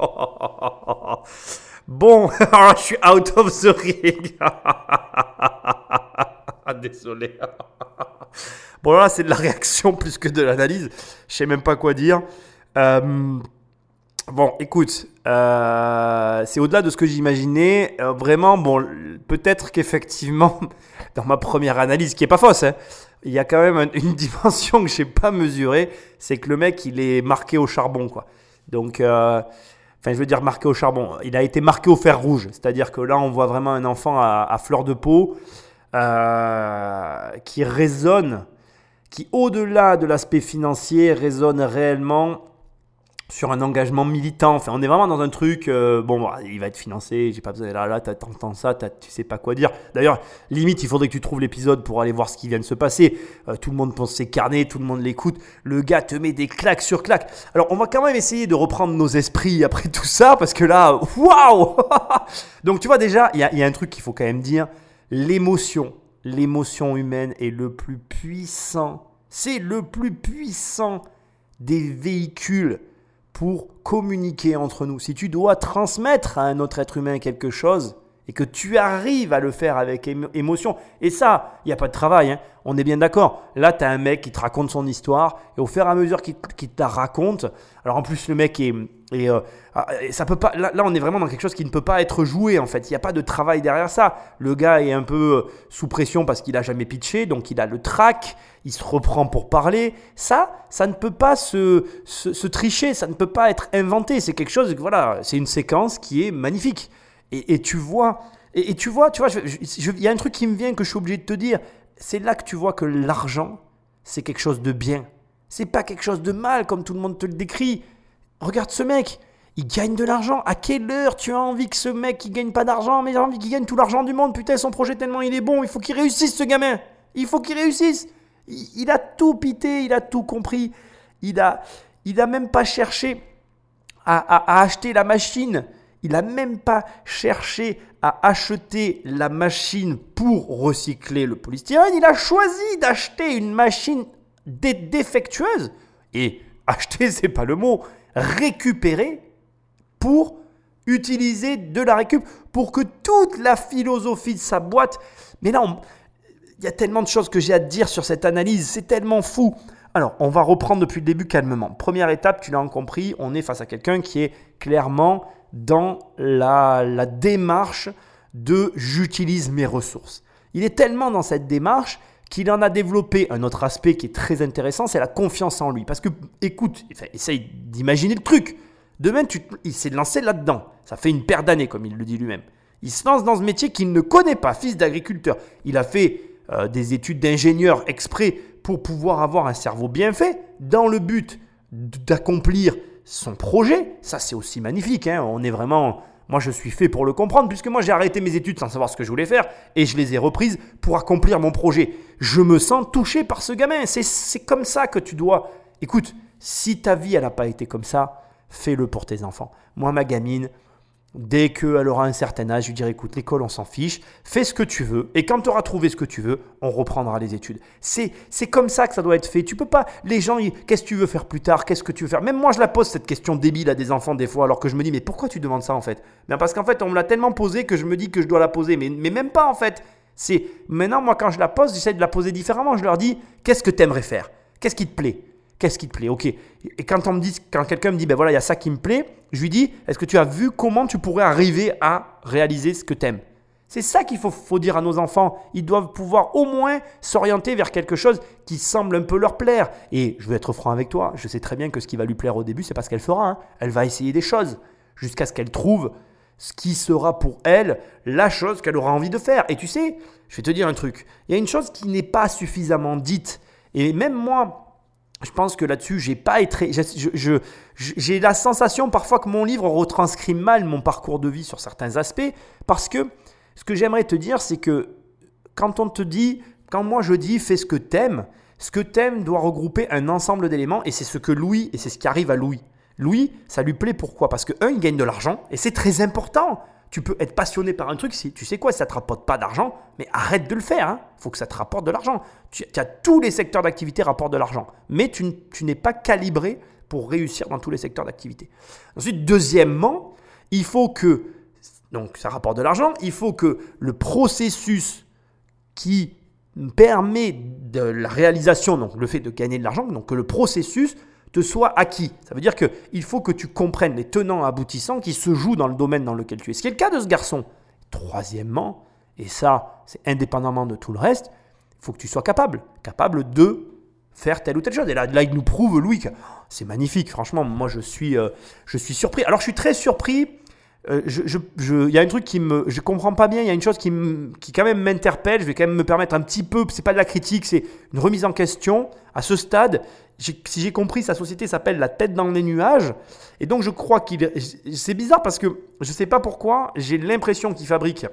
Bon, alors là, je suis out of the ring. Désolé. Bon, là, c'est de la réaction plus que de l'analyse. Je sais même pas quoi dire. Euh, bon, écoute, euh, c'est au-delà de ce que j'imaginais. Euh, vraiment, bon, peut-être qu'effectivement, dans ma première analyse, qui est pas fausse, hein, il y a quand même une dimension que je n'ai pas mesurée, c'est que le mec, il est marqué au charbon, quoi. Donc, euh, enfin, je veux dire marqué au charbon. Il a été marqué au fer rouge. C'est-à-dire que là, on voit vraiment un enfant à, à fleur de peau euh, qui résonne, qui, au-delà de l'aspect financier, résonne réellement sur un engagement militant. Enfin, on est vraiment dans un truc, euh, bon, il va être financé, j'ai pas besoin, là, là, t'entends ça, t'as, tu sais pas quoi dire. D'ailleurs, limite, il faudrait que tu trouves l'épisode pour aller voir ce qui vient de se passer. Euh, tout le monde pense ses carnets, tout le monde l'écoute. Le gars te met des claques sur claques. Alors, on va quand même essayer de reprendre nos esprits après tout ça, parce que là, waouh. Donc, tu vois, déjà, il y a, y a un truc qu'il faut quand même dire. L'émotion, l'émotion humaine est le plus puissant. C'est le plus puissant des véhicules pour communiquer entre nous. Si tu dois transmettre à un autre être humain quelque chose et que tu arrives à le faire avec émo- émotion, et ça, il n'y a pas de travail, hein, on est bien d'accord. Là, tu as un mec qui te raconte son histoire et au fur et à mesure qu'il, qu'il te la raconte, alors en plus, le mec est... est euh, ça peut pas, là, là, on est vraiment dans quelque chose qui ne peut pas être joué en fait. Il n'y a pas de travail derrière ça. Le gars est un peu sous pression parce qu'il n'a jamais pitché, donc il a le trac, il se reprend pour parler. Ça, ça ne peut pas se, se, se tricher, ça ne peut pas être inventé. C'est quelque chose, voilà, c'est une séquence qui est magnifique. Et, et tu vois, et, et tu vois, tu vois, il y a un truc qui me vient que je suis obligé de te dire. C'est là que tu vois que l'argent, c'est quelque chose de bien. C'est pas quelque chose de mal comme tout le monde te le décrit. Regarde ce mec, il gagne de l'argent. À quelle heure tu as envie que ce mec, il gagne pas d'argent, mais il a envie qu'il gagne tout l'argent du monde? Putain, son projet tellement il est bon, il faut qu'il réussisse ce gamin. Il faut qu'il réussisse. Il, il a tout pité, il a tout compris. Il a, il a même pas cherché à, à, à acheter la machine. Il n'a même pas cherché à acheter la machine pour recycler le polystyrène. Il a choisi d'acheter une machine dé- défectueuse. Et acheter, c'est pas le mot. Récupérer pour utiliser de la récup. Pour que toute la philosophie de sa boîte... Mais là, on... il y a tellement de choses que j'ai à te dire sur cette analyse. C'est tellement fou. Alors, on va reprendre depuis le début calmement. Première étape, tu l'as compris, on est face à quelqu'un qui est clairement dans la, la démarche de « j'utilise mes ressources ». Il est tellement dans cette démarche qu'il en a développé un autre aspect qui est très intéressant, c'est la confiance en lui. Parce que, écoute, enfin, essaye d'imaginer le truc. Demain, tu, il s'est lancé là-dedans. Ça fait une paire d'années, comme il le dit lui-même. Il se lance dans ce métier qu'il ne connaît pas, fils d'agriculteur. Il a fait euh, des études d'ingénieur exprès pour pouvoir avoir un cerveau bien fait, dans le but d'accomplir son projet. Ça, c'est aussi magnifique. Hein. On est vraiment... Moi, je suis fait pour le comprendre, puisque moi, j'ai arrêté mes études sans savoir ce que je voulais faire, et je les ai reprises pour accomplir mon projet. Je me sens touché par ce gamin. C'est, c'est comme ça que tu dois... Écoute, si ta vie, elle n'a pas été comme ça, fais-le pour tes enfants. Moi, ma gamine, dès qu'elle aura un certain âge, je lui dirai, écoute, l'école, on s'en fiche, fais ce que tu veux. Et quand tu auras trouvé ce que tu veux, on reprendra les études. C'est, c'est comme ça que ça doit être fait. Tu peux pas, les gens, ils, qu'est-ce que tu veux faire plus tard? Qu'est-ce que tu veux faire? Même moi, je la pose, cette question débile à des enfants des fois, alors que je me dis, mais pourquoi tu demandes ça en fait? Bien parce qu'en fait, on me l'a tellement posé que je me dis que je dois la poser. Mais, mais même pas en fait. C'est, maintenant, moi, quand je la pose, j'essaie de la poser différemment. Je leur dis, qu'est-ce que tu aimerais faire? Qu'est-ce qui te plaît? Qu'est-ce qui te plaît? Ok. Et quand, on me dit, quand quelqu'un me dit, ben voilà, il y a ça qui me plaît, je lui dis, est-ce que tu as vu comment tu pourrais arriver à réaliser ce que tu aimes? C'est ça qu'il faut, faut dire à nos enfants. Ils doivent pouvoir au moins s'orienter vers quelque chose qui semble un peu leur plaire. Et je vais être franc avec toi, je sais très bien que ce qui va lui plaire au début, c'est pas ce qu'elle fera. Hein. Elle va essayer des choses jusqu'à ce qu'elle trouve ce qui sera pour elle la chose qu'elle aura envie de faire. Et tu sais, je vais te dire un truc. Il y a une chose qui n'est pas suffisamment dite. Et même moi, je pense que là-dessus, j'ai pas été, je, je, je, j'ai la sensation parfois que mon livre retranscrit mal mon parcours de vie sur certains aspects, parce que ce que j'aimerais te dire, c'est que quand on te dit, quand moi je dis fais ce que t'aimes, ce que t'aimes doit regrouper un ensemble d'éléments, et c'est ce que Louis, et c'est ce qui arrive à Louis. Louis, ça lui plaît pourquoi? Parce que un, il gagne de l'argent, et c'est très important. Tu peux être passionné par un truc, si tu sais quoi, si ça ne te rapporte pas d'argent, mais arrête de le faire. Il hein. faut que ça te rapporte de l'argent. Tu, tu as tous les secteurs d'activité rapportent de l'argent, mais tu, tu n'es pas calibré pour réussir dans tous les secteurs d'activité. Ensuite, deuxièmement, il faut que, donc ça rapporte de l'argent, il faut que le processus qui permet de la réalisation, donc le fait de gagner de l'argent, donc que le processus te soit acquis. Ça veut dire qu'il faut que tu comprennes les tenants aboutissants qui se jouent dans le domaine dans lequel tu es. Ce qui est le cas de ce garçon. Troisièmement, et ça, c'est indépendamment de tout le reste, il faut que tu sois capable, capable de faire telle ou telle chose. Et là, là il nous prouve, Louis, que oh, c'est magnifique. Franchement, moi, je suis, euh, je suis surpris. Alors, je suis très surpris. Euh, je, je, je, y a un truc qui me, je comprends pas bien. Il y a une chose qui, me, qui quand même m'interpelle. Je vais quand même me permettre un petit peu. C'est pas de la critique, c'est une remise en question. À ce stade, j'ai, si j'ai compris, sa société s'appelle La Tête dans les nuages. Et donc, je crois qu'il, c'est bizarre parce que je sais pas pourquoi. J'ai l'impression qu'il fabrique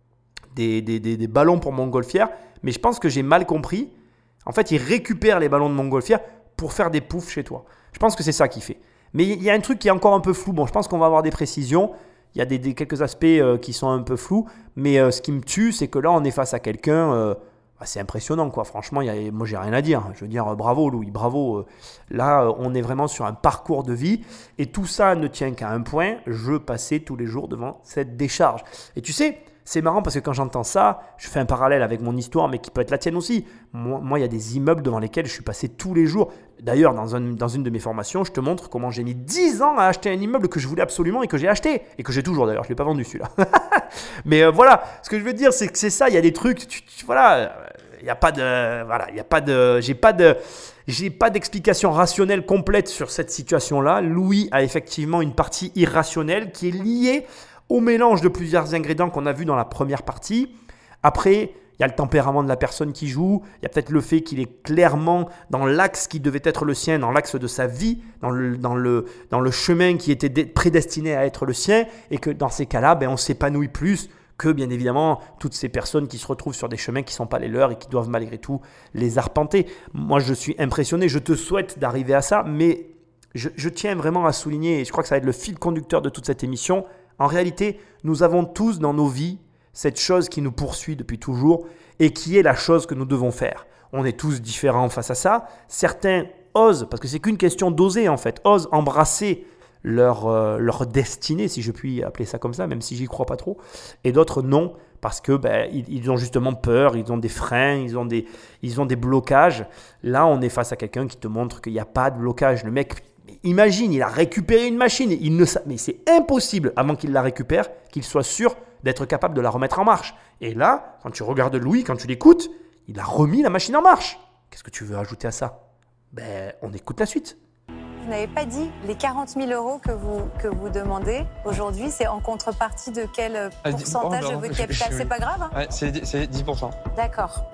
des, des, des, des ballons pour montgolfières, mais je pense que j'ai mal compris. En fait, il récupère les ballons de montgolfière pour faire des poufs chez toi. Je pense que c'est ça qu'il fait. Mais il y a un truc qui est encore un peu flou. Bon, je pense qu'on va avoir des précisions. Il y a des, des, quelques aspects euh, qui sont un peu flous. Mais euh, ce qui me tue, c'est que là, on est face à quelqu'un. Euh, bah, c'est impressionnant, quoi. Franchement, il y a, moi, j'ai rien à dire. Je veux dire, euh, bravo, Louis, bravo. Euh, là, euh, on est vraiment sur un parcours de vie. Et tout ça ne tient qu'à un point. Je passais tous les jours devant cette décharge. Et tu sais, c'est marrant parce que quand j'entends ça, je fais un parallèle avec mon histoire, mais qui peut être la tienne aussi. Moi, moi, il y a des immeubles devant lesquels je suis passé tous les jours. D'ailleurs, dans, un, dans une de mes formations, je te montre comment j'ai mis dix ans à acheter un immeuble que je voulais absolument et que j'ai acheté. Et que j'ai toujours d'ailleurs, je ne l'ai pas vendu celui-là. Mais euh, voilà, ce que je veux dire, c'est que c'est ça, il y a des trucs, tu, tu, voilà, il n'y a pas de, voilà, il n'y a pas de, j'ai pas de, j'ai pas d'explication rationnelle complète sur cette situation-là. Louis a effectivement une partie irrationnelle qui est liée au mélange de plusieurs ingrédients qu'on a vu dans la première partie. Après, il y a le tempérament de la personne qui joue, il y a peut-être le fait qu'il est clairement dans l'axe qui devait être le sien, dans l'axe de sa vie, dans le, dans le, dans le chemin qui était dé- prédestiné à être le sien, et que dans ces cas-là, ben, on s'épanouit plus que bien évidemment toutes ces personnes qui se retrouvent sur des chemins qui ne sont pas les leurs et qui doivent malgré tout les arpenter. Moi, je suis impressionné, je te souhaite d'arriver à ça, mais je, je tiens vraiment à souligner, et je crois que ça va être le fil conducteur de toute cette émission. En réalité, nous avons tous dans nos vies cette chose qui nous poursuit depuis toujours et qui est la chose que nous devons faire. On est tous différents face à ça. Certains osent, parce que c'est qu'une question d'oser en fait, osent embrasser leur, euh, leur destinée, si je puis appeler ça comme ça, même si j'y crois pas trop. Et d'autres non, parce que ben, ils, ils ont justement peur, ils ont des freins, ils ont des, ils ont des blocages. Là, on est face à quelqu'un qui te montre qu'il n'y a pas de blocage. Le mec, imagine, il a récupéré une machine, il ne, mais c'est impossible avant qu'il la récupère, qu'il soit sûr d'être capable de la remettre en marche. Et là, quand tu regardes Louis, quand tu l'écoutes, il a remis la machine en marche. Qu'est-ce que tu veux ajouter à ça? Ben, on écoute la suite. Vous n'avez pas dit les quarante mille euros que vous, que vous demandez aujourd'hui, c'est en contrepartie de quel pourcentage oh, de non, votre je- capital? je- C'est pas grave, hein? Ouais, c'est, c'est dix pour cent. D'accord.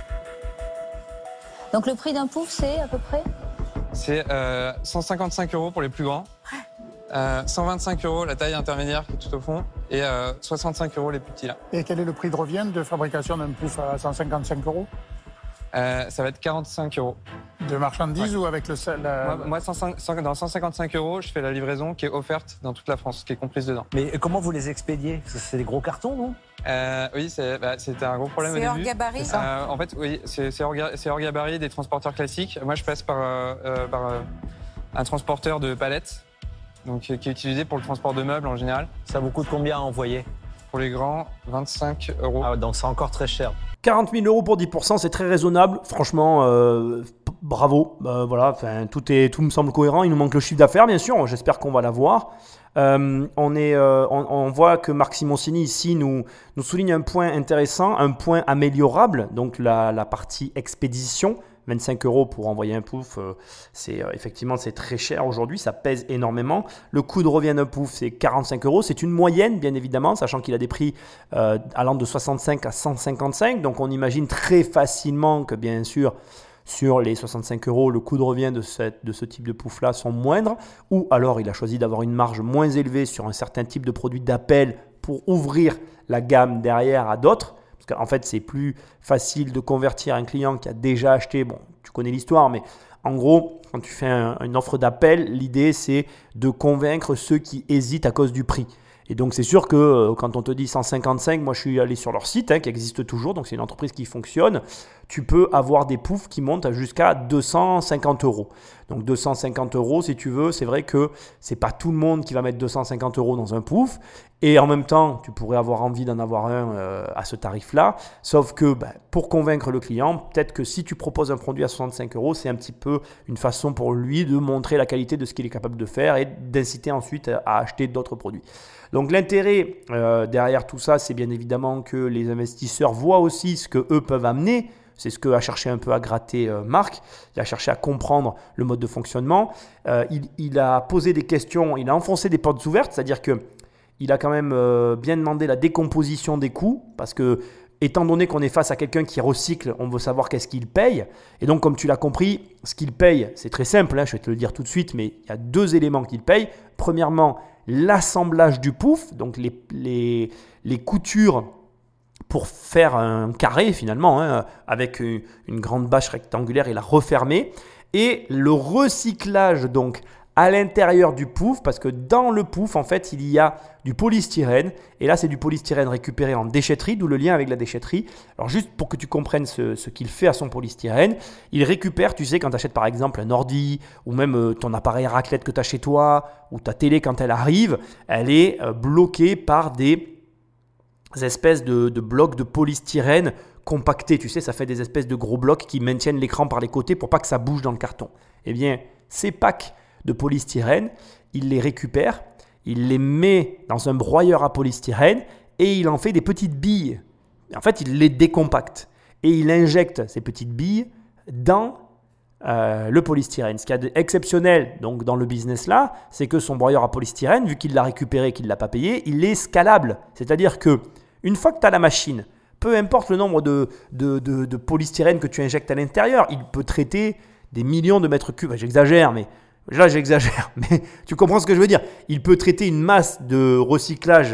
Donc le prix d'un pouf, c'est à peu près? C'est euh, cent cinquante-cinq euros pour les plus grands, euh, cent vingt-cinq euros la taille intermédiaire qui est tout au fond et euh, soixante-cinq euros les plus petits là. Et quel est le prix de revient de fabrication d'un pouf à cent cinquante-cinq euros? Euh, ça va être quarante-cinq euros. De marchandises Ouais. ou avec le la... Moi, moi cent cinq, cent, dans cent cinquante-cinq euros, je fais la livraison qui est offerte dans toute la France, qui est comprise dedans. Mais comment vous les expédiez? Parce que c'est des gros cartons, non? Euh, oui, c'est, bah, c'était un gros problème au C'est hors début. gabarit. Euh, en fait, oui, c'est, c'est, hors, ga- c'est hors gabarit des transporteurs classiques. Moi, je passe par, euh, euh, par euh, un transporteur de palettes, donc, euh, qui est utilisé pour le transport de meubles en général. Ça vous coûte combien à envoyer? Pour les grands, vingt-cinq euros. Ah, donc c'est encore très cher. quarante mille euros pour dix pour cent, c'est très raisonnable. Franchement, euh, p- bravo. Euh, voilà, enfin, tout, est, tout me semble cohérent. Il nous manque le chiffre d'affaires, bien sûr. J'espère qu'on va l'avoir. Euh, on, est, euh, on, on voit que Marc Simoncini, ici, nous, nous souligne un point intéressant, un point améliorable. Donc, la, la partie expédition. vingt-cinq euros pour envoyer un pouf, euh, c'est, euh, effectivement, c'est très cher aujourd'hui. Ça pèse énormément. Le coût de revient d'un pouf, c'est quarante-cinq euros. C'est une moyenne, bien évidemment, sachant qu'il a des prix euh, allant de soixante-cinq à cent cinquante-cinq. Donc, on imagine très facilement que, bien sûr, sur les soixante-cinq euros, le coût de revient de, cette, de ce type de pouf-là sont moindres. Ou alors, il a choisi d'avoir une marge moins élevée sur un certain type de produit d'appel pour ouvrir la gamme derrière à d'autres. Parce qu'en fait, c'est plus facile de convertir un client qui a déjà acheté. Bon, tu connais l'histoire, mais en gros, quand tu fais un, une offre d'appel, l'idée, c'est de convaincre ceux qui hésitent à cause du prix. Et donc, c'est sûr que euh, quand on te dit cent cinquante-cinq, moi, je suis allé sur leur site, hein, qui existe toujours, donc c'est une entreprise qui fonctionne. Tu peux avoir des poufs qui montent jusqu'à deux cent cinquante euros. Donc, deux cent cinquante euros, si tu veux, c'est vrai que c'est pas tout le monde qui va mettre deux cent cinquante euros dans un pouf. Et en même temps, tu pourrais avoir envie d'en avoir un euh, à ce tarif-là. Sauf que ben, pour convaincre le client, peut-être que si tu proposes un produit à soixante-cinq euros, c'est un petit peu une façon pour lui de montrer la qualité de ce qu'il est capable de faire et d'inciter ensuite à acheter d'autres produits. Donc l'intérêt euh, derrière tout ça, c'est bien évidemment que les investisseurs voient aussi ce qu'eux peuvent amener. C'est ce qu'a cherché un peu à gratter euh, Marc. Il a cherché à comprendre le mode de fonctionnement. Euh, il, il a posé des questions, il a enfoncé des portes ouvertes, c'est-à-dire que il a quand même euh, bien demandé la décomposition des coûts parce que, étant donné qu'on est face à quelqu'un qui recycle, on veut savoir qu'est-ce qu'il paye. Et donc, comme tu l'as compris, ce qu'il paye, c'est très simple, hein, je vais te le dire tout de suite, mais il y a deux éléments qu'il paye. Premièrement, l'assemblage du pouf, donc les, les, les coutures pour faire un carré finalement, hein, avec une, une grande bâche rectangulaire et la refermer. Et le recyclage donc à l'intérieur du pouf, parce que dans le pouf, en fait, il y a du polystyrène. Et là, c'est du polystyrène récupéré en déchetterie, d'où le lien avec la déchetterie. Alors, juste pour que tu comprennes ce, ce qu'il fait à son polystyrène, il récupère, tu sais, quand tu achètes par exemple un ordi, ou même euh, ton appareil raclette que tu as chez toi, ou ta télé quand elle arrive, elle est euh, bloquée par des espèces de, de blocs de polystyrène compactés. Tu sais, ça fait des espèces de gros blocs qui maintiennent l'écran par les côtés pour pas que ça bouge dans le carton. Eh bien, ces packs de polystyrène, il les récupère, il les met dans un broyeur à polystyrène et il en fait des petites billes. En fait, il les décompacte et il injecte ces petites billes dans euh, le polystyrène. Ce qu'il y a d'exceptionnel donc, dans le business là, c'est que son broyeur à polystyrène, vu qu'il l'a récupéré et qu'il ne l'a pas payé, il est scalable. C'est-à-dire que une fois que tu as la machine, peu importe le nombre de, de, de, de polystyrène que tu injectes à l'intérieur, il peut traiter des millions de mètres cubes. J'exagère, mais là, j'exagère, mais tu comprends ce que je veux dire. Il peut traiter une masse de recyclage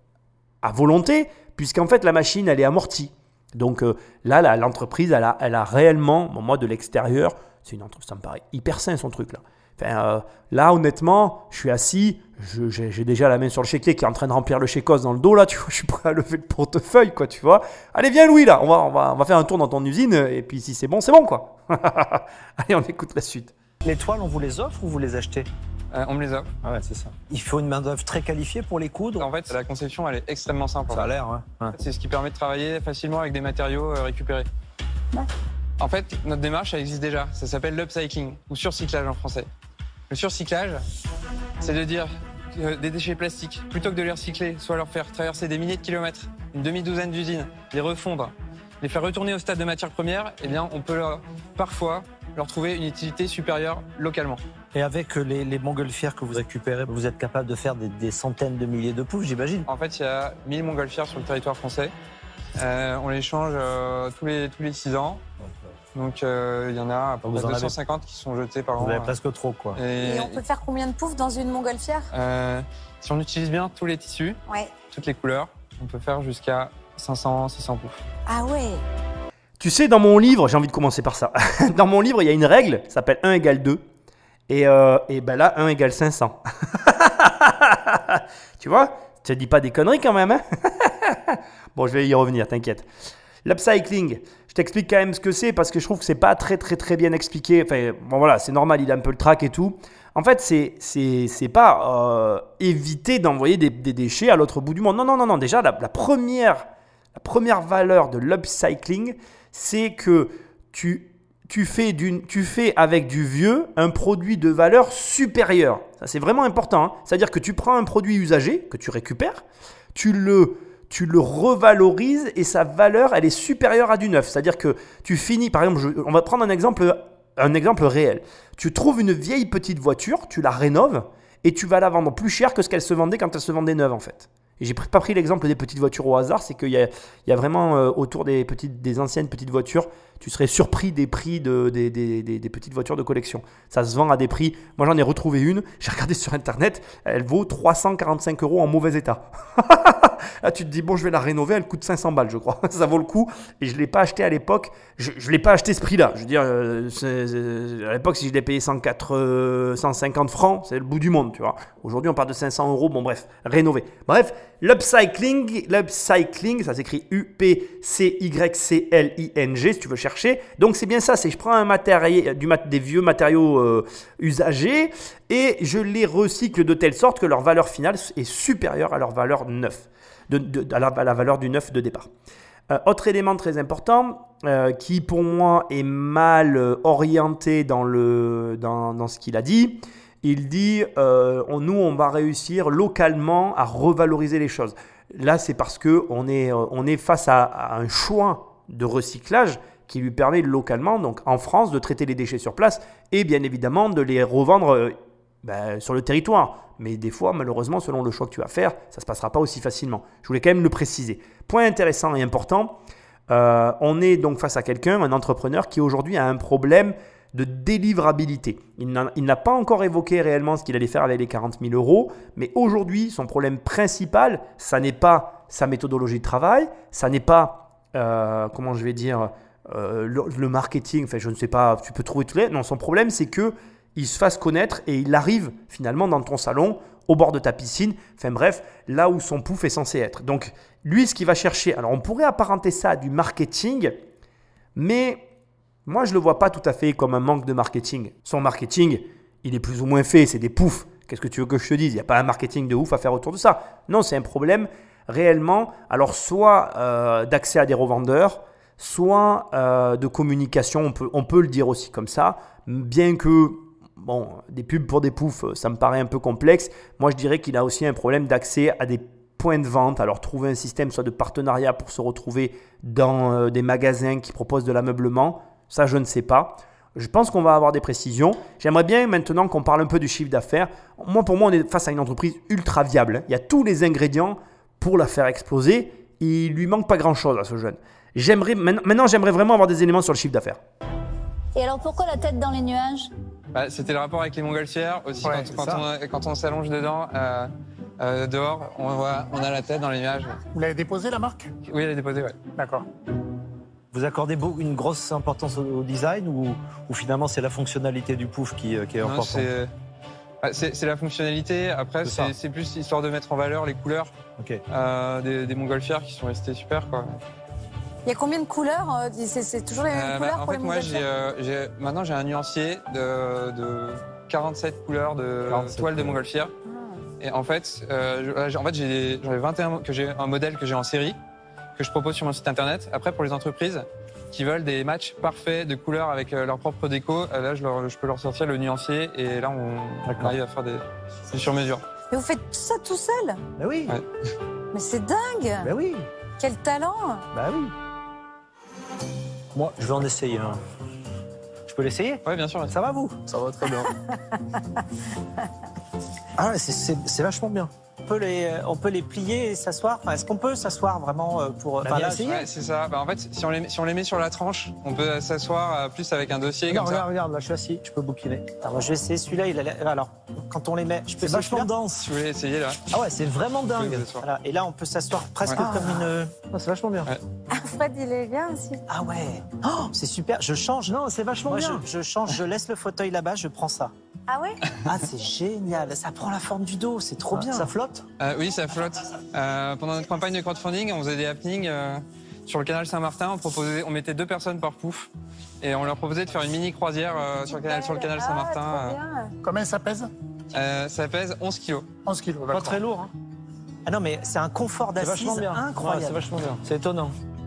à volonté, puisqu'en fait, la machine, elle est amortie. Donc euh, là, là, l'entreprise, elle a, elle a réellement, bon, moi, de l'extérieur, c'est une entreprise, ça me paraît hyper sain, son truc là. Enfin, euh, là, honnêtement, je suis assis, je, j'ai, j'ai déjà la main sur le chéquier qui est en train de remplir le chécos dans le dos, là, tu vois, je suis prêt à lever le portefeuille, quoi, tu vois. Allez, viens, Louis, là, on va, on va, on va faire un tour dans ton usine, et puis si c'est bon, c'est bon, quoi. Allez, on écoute la suite. Les toiles, on vous les offre ou vous les achetez? Euh, on me les offre. Ah ouais, c'est ça. Il faut une main-d'œuvre très qualifiée pour les coudre. En fait, la conception, elle est extrêmement simple. Ça a l'air, ouais. Ouais. C'est ce qui permet de travailler facilement avec des matériaux euh, récupérés. Ouais. En fait, notre démarche, elle existe déjà. Ça s'appelle l'upcycling, ou surcyclage en français. Le surcyclage, c'est de dire que des déchets plastiques, plutôt que de les recycler, soit leur faire traverser des milliers de kilomètres, une demi-douzaine d'usines, les refondre, les faire retourner au stade de matière première, eh bien, on peut leur, parfois leur trouver une utilité supérieure localement. Et avec les, les montgolfières que vous récupérez, vous êtes capable de faire des, des centaines de milliers de poufs, j'imagine. En fait, il y a mille montgolfières sur le territoire français. Euh, on les change euh, tous les tous les six ans. Donc euh, il y en a à peu près deux cent cinquante qui sont jetés par an. Vous avez presque trop, quoi. Et, Et on peut faire combien de poufs dans une montgolfière? euh, Si on utilise bien tous les tissus, ouais. toutes les couleurs, on peut faire jusqu'à cinq cents, six cents poufs. Ah ouais. Tu sais, dans mon livre, j'ai envie de commencer par ça. Dans mon livre, il y a une règle, ça s'appelle un égale deux. Et, euh, et ben là, un égale cinq cents. Tu vois? Tu te dis pas des conneries quand même, hein? Bon, je vais y revenir, t'inquiète. L'upcycling, je t'explique quand même ce que c'est parce que je trouve que c'est pas très très très bien expliqué. Enfin, bon voilà, c'est normal, il a un peu le trac et tout. En fait, c'est, c'est, c'est pas euh, éviter d'envoyer des, des déchets à l'autre bout du monde. Non, non, non, non. Déjà, la, la, première, la première valeur de l'upcycling, c'est que tu, tu, fais d'une, tu fais avec du vieux un produit de valeur supérieure. Ça, c'est vraiment important. Hein. C'est-à-dire que tu prends un produit usagé que tu récupères, tu le, tu le revalorises et sa valeur, elle est supérieure à du neuf. C'est-à-dire que tu finis, par exemple, je, on va prendre un exemple Un exemple réel. Tu trouves une vieille petite voiture, tu la rénoves et tu vas la vendre plus cher que ce qu'elle se vendait quand elle se vendait neuve en fait. Et j'ai pas pris l'exemple des petites voitures au hasard, c'est qu'il y a, il y a vraiment euh, autour des, petites, des anciennes petites voitures, tu serais surpris des prix de, des, des, des, des petites voitures de collection. Ça se vend à des prix, moi j'en ai retrouvé une, j'ai regardé sur internet, elle vaut trois cent quarante-cinq euros en mauvais état. Là tu te dis bon je vais la rénover, elle coûte cinq cents balles je crois, ça vaut le coup et je ne l'ai pas acheté à l'époque, je ne l'ai pas acheté ce prix-là, je veux dire euh, c'est, c'est, à l'époque si je l'ai payé cent quatre, euh, cent cinquante francs, c'est le bout du monde tu vois. Aujourd'hui on parle de cinq cents euros, bon bref, rénové. Bref, l'upcycling, l'upcycling ça s'écrit U P C Y C L I N G si tu veux chercher, donc c'est bien ça, c'est je prends un matériel, du mat, des vieux matériaux euh, usagés et je les recycle de telle sorte que leur valeur finale est supérieure à leur valeur neuve. De, de, à, la, à la valeur du neuf de départ. Euh, autre élément très important euh, qui pour moi est mal euh, orienté dans, le, dans, dans ce qu'il a dit, il dit euh, on, nous on va réussir localement à revaloriser les choses. Là c'est parce qu'on est, euh, on est face à, à un choix de recyclage qui lui permet localement, donc en France, de traiter les déchets sur place et bien évidemment de les revendre euh, ben, sur le territoire. Mais des fois, malheureusement, selon le choix que tu vas faire, ça ne se passera pas aussi facilement. Je voulais quand même le préciser. Point intéressant et important, euh, on est donc face à quelqu'un, un entrepreneur qui aujourd'hui a un problème de délivrabilité. Il n'a, il n'a pas encore évoqué réellement ce qu'il allait faire avec les quarante mille euros, mais aujourd'hui, son problème principal, ça n'est pas sa méthodologie de travail, ça n'est pas, euh, comment je vais dire, euh, le, le marketing, enfin je ne sais pas, tu peux trouver tous les... Non, son problème, c'est que il se fasse connaître et il arrive finalement dans ton salon, au bord de ta piscine, enfin bref, là où son pouf est censé être. Donc lui, ce qu'il va chercher, alors on pourrait apparenter ça à du marketing, mais moi je ne le vois pas tout à fait comme un manque de marketing. Son marketing, il est plus ou moins fait, c'est des poufs. Qu'est-ce que tu veux que je te dise? Il n'y a pas un marketing de ouf à faire autour de ça. Non, c'est un problème réellement, alors soit euh, d'accès à des revendeurs, soit euh, de communication, on peut, on peut le dire aussi comme ça, bien que bon, des pubs pour des poufs, ça me paraît un peu complexe. Moi, je dirais qu'il a aussi un problème d'accès à des points de vente. Alors, trouver un système soit de partenariat pour se retrouver dans euh, des magasins qui proposent de l'ameublement, ça, je ne sais pas. Je pense qu'on va avoir des précisions. J'aimerais bien maintenant qu'on parle un peu du chiffre d'affaires. Moi, pour moi, on est face à une entreprise ultra viable. Il y a tous les ingrédients pour la faire exploser. Il ne lui manque pas grand-chose à ce jeune. J'aimerais, maintenant, j'aimerais vraiment avoir des éléments sur le chiffre d'affaires. Et alors pourquoi la tête dans les nuages? Bah, c'était le rapport avec les montgolfières aussi. Ouais, quand, quand, on, quand on s'allonge dedans, euh, euh, dehors, on, voit, on a la tête dans les nuages. Vous l'avez déposé, la marque? Oui, elle est déposée, ouais. D'accord. Vous accordez une grosse importance au, au design ou, ou finalement c'est la fonctionnalité du pouf qui, qui est non, importante? c'est, c'est, c'est la fonctionnalité. Après, c'est, c'est, c'est plus histoire de mettre en valeur les couleurs okay. euh, des, des montgolfières qui sont restées super, quoi. Il y a combien de couleurs? c'est, c'est toujours les mêmes euh, couleurs bah, En pour fait, les moi, j'ai, euh, j'ai, maintenant, j'ai un nuancier de, de quarante-sept couleurs de quarante-sept toile de montgolfière. Ah. Et en fait, euh, en fait j'ai, j'en ai vingt et un, que j'ai un modèle que j'ai en série, que je propose sur mon site internet. Après, pour les entreprises qui veulent des matchs parfaits de couleurs avec leur propre déco, là, je, leur, je peux leur sortir le nuancier et là, on, on arrive à faire des, des sur-mesures. Mais vous faites tout ça tout seul? Bah oui. Ouais. Mais c'est dingue! Bah oui. Quel talent! Bah oui. Moi, je vais en essayer un. Je peux l'essayer? Ouais, bien sûr. Ça va, vous? Ça va très bien. Ah ouais, c'est, c'est, c'est vachement bien. On peut les, on peut les plier et s'asseoir. Enfin, est-ce qu'on peut s'asseoir vraiment euh, pour Bah, enfin, bien là, essayer. Ouais, c'est ça. Bah, en fait, si on, les, si on les met sur la tranche, on peut s'asseoir euh, plus avec un dossier Regarde, comme ça. regarde, regarde, là je suis assis, je peux bouquiner. Alors, moi, je vais essayer celui-là, il a l'air- alors quand on les met, je peux C'est essayer vachement celui-là dense. Si vous voulez essayer là. Ah ouais, c'est vraiment dingue. pouvez vous asseoir. Voilà. Et là, on peut s'asseoir presque Ouais. comme une. Ah, c'est vachement bien. Ouais. Fred, il est bien aussi. Ah ouais. Oh, c'est super. Je change. Non, c'est vachement Moi, bien. je, je change. Je laisse le fauteuil là-bas. Je prends ça. Ah ouais? Ah, c'est génial. Ça prend la forme du dos. C'est trop bien. Ça flotte. Euh, oui, ça flotte. Euh, pendant notre campagne de crowdfunding, on faisait des happenings euh, sur le canal Saint-Martin. On, proposait, on mettait deux personnes par pouf et on leur proposait de faire une mini croisière euh, sur, le canal, sur le canal Saint-Martin. Ah, trop euh. bien. Combien ça pèse? Euh, ça pèse onze kilos. onze kilos, Pas d'accord. très lourd. Hein. Ah non, mais c'est un confort C'est d'assise vachement bien. incroyable. Ouais, c'est vachement bien. C'est étonnant.